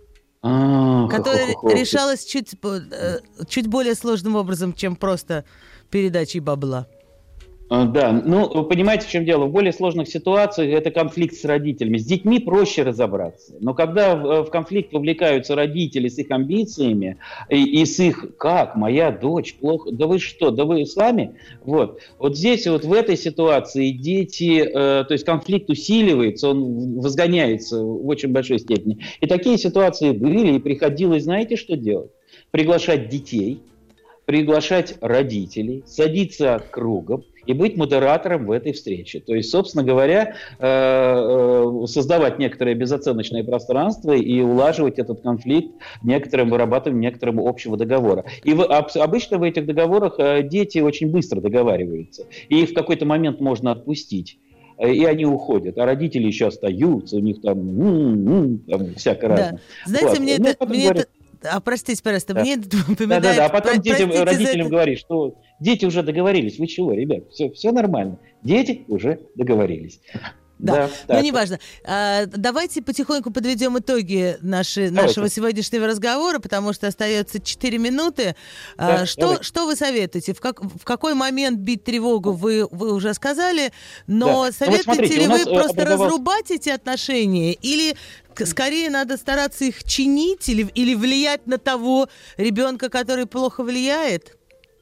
Которое решалось чуть более сложным образом, чем просто передачей бабла. Да, вы понимаете, в чем дело? В более сложных ситуациях это конфликт с родителями. С детьми проще разобраться. Но когда в конфликт вовлекаются родители с их амбициями и с их «как? Моя дочь? Плохо? Да вы что? Да вы с вами?» Вот здесь в этой ситуации дети, то есть конфликт усиливается, он возгоняется в очень большой степени. И такие ситуации были, и приходилось, знаете, что делать? Приглашать детей, приглашать родителей, садиться кругом и быть модератором в этой встрече. То есть, собственно говоря, создавать некоторое безоценочное пространство и улаживать этот конфликт вырабатыванием некоторого общего договора. И обычно в этих договорах дети очень быстро договариваются. И их в какой-то момент можно отпустить. И они уходят, а родители еще остаются, у них там всякое разное. Да. Знаете, мне это... простите, пожалуйста, мне это напоминает... Да, а потом родителям говоришь, что дети уже договорились. Вы чего, ребят? Все нормально. Дети уже договорились. Да, неважно. Давайте потихоньку подведем итоги нашего сегодняшнего разговора, потому что остается 4 минуты. Что вы советуете? В какой момент бить тревогу, вы уже сказали, но советуете ли вы просто разрубать эти отношения или... Скорее надо стараться их чинить или влиять на того ребенка, который плохо влияет?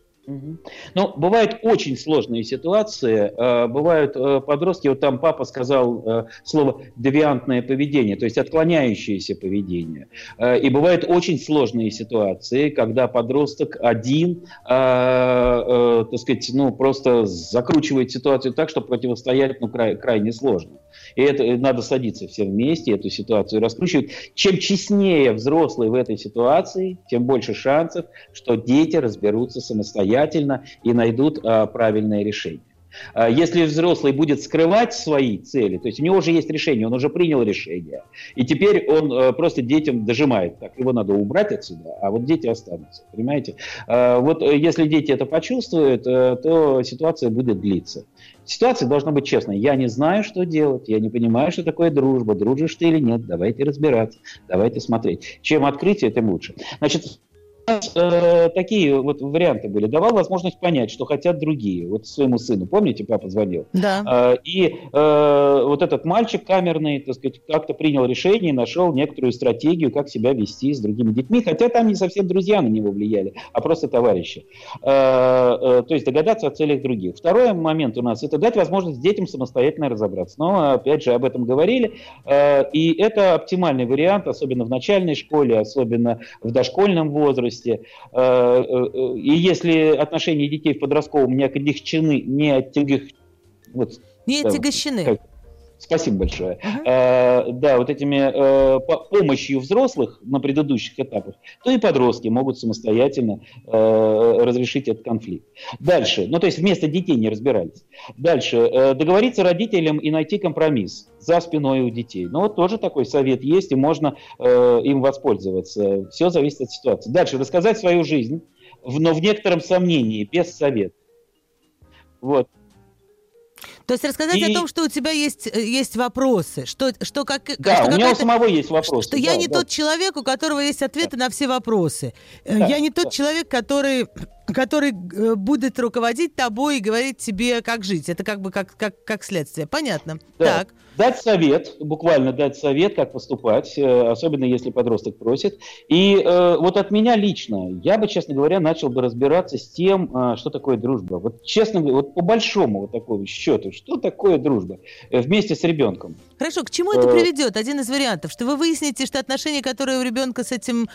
Бывают очень сложные ситуации, бывают подростки, там папа сказал слово «девиантное поведение», то есть отклоняющееся поведение. И бывают очень сложные ситуации, когда подросток один, просто закручивает ситуацию так, что противостоять крайне сложно. И это надо садиться все вместе, эту ситуацию раскручивать. Чем честнее взрослый в этой ситуации, тем больше шансов, что дети разберутся самостоятельно и найдут правильное решение. Если взрослый будет скрывать свои цели, то есть у него уже есть решение, он уже принял решение, и теперь он просто детям дожимает. Так, его надо убрать отсюда, а вот дети останутся, понимаете? Если дети это почувствуют, то ситуация будет длиться. Ситуация должна быть честной. Я не знаю, что делать, я не понимаю, что такое дружба, дружишь ты или нет, давайте разбираться, давайте смотреть. Чем открытие, тем лучше. Значит, нас такие вот варианты были. Давал возможность понять, что хотят другие. Вот своему сыну, помните, папа звонил? Да. И вот этот мальчик камерный, так сказать, как-то принял решение и нашел некоторую стратегию, как себя вести с другими детьми, хотя там не совсем друзья на него влияли, а просто товарищи. То есть догадаться о целях других. Второй момент у нас – это дать возможность детям самостоятельно разобраться. Но, опять же, об этом говорили. И это оптимальный вариант, особенно в начальной школе, особенно в дошкольном возрасте. И если отношения детей в подростковом не отягчены, не отягощены. Спасибо большое. Да, вот этими помощью взрослых на предыдущих этапах, то и подростки могут самостоятельно разрешить этот конфликт. Дальше, ну то есть вместо детей не разбирались. Дальше, договориться родителям и найти компромисс за спиной у детей. Ну вот тоже такой совет есть, и можно им воспользоваться. Все зависит от ситуации. Дальше, рассказать свою жизнь, но в некотором сомнении, без совета. Вот. То есть рассказать о том, что у тебя есть вопросы, что у меня у самого есть вопросы. Что я не тот человек, у которого есть ответы на все вопросы. Я не тот человек, который будет руководить тобой и говорить тебе, как жить. Это как бы как следствие. Понятно. Да. Так. Дать совет, буквально дать совет, как поступать, особенно если подросток просит. И вот от меня лично, я бы, честно говоря, начал бы разбираться с тем, что такое дружба. Вот честно говоря, вот по большому вот такому счету, что такое дружба вместе с ребенком. Хорошо, к чему это приведет? Один из вариантов, что вы выясните, что отношения, которые у ребенка с этим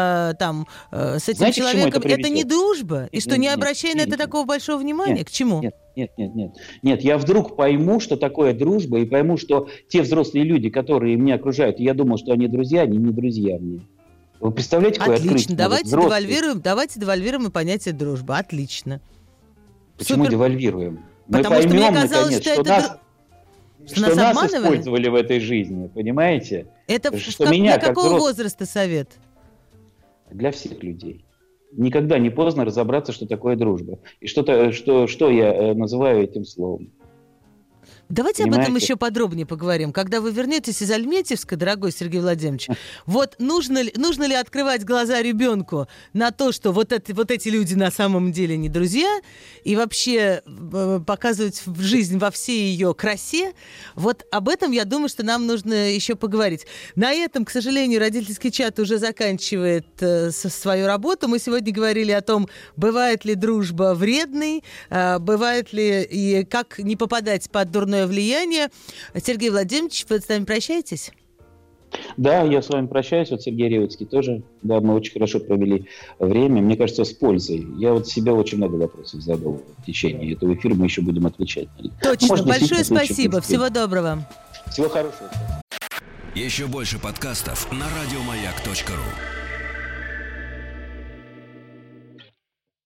человеком, это не дружба, и что не обращай на это такого большого внимания. К чему? Нет, я вдруг пойму, что такое дружба, и пойму, что те взрослые люди, которые меня окружают, я думал, что они друзья, они не друзья мне. Вы представляете, какое открытие? Отлично, давайте девальвируем и понятие дружбы. Отлично. Почему девальвируем? Потому что мне казалось, что это... Что нас использовали в этой жизни, понимаете? Это для какого возраста совет? Для всех людей. Никогда не поздно разобраться, что такое дружба. И что я называю этим словом. Давайте об этом еще подробнее поговорим. Когда вы вернетесь из Альметьевска, дорогой Сергей Владимирович, вот нужно ли открывать глаза ребенку на то, что вот эти люди на самом деле не друзья, и вообще показывать жизнь во всей ее красе, вот об этом, я думаю, что нам нужно еще поговорить. На этом, к сожалению, родительский чат уже заканчивает свою работу. Мы сегодня говорили о том, бывает ли дружба вредной, бывает ли и как не попадать под дурное влияние. Сергей Владимирович, вы с нами прощаетесь? Да, я с вами прощаюсь. Вот Сергей Ревицкий тоже. Да, мы очень хорошо провели время. Мне кажется, с пользой. Я вот себе очень много вопросов задал в течение этого эфира. Мы еще будем отвечать. Точно. Большое спасибо. Всего доброго. Всего хорошего. Еще больше подкастов на радиомаяк.ру.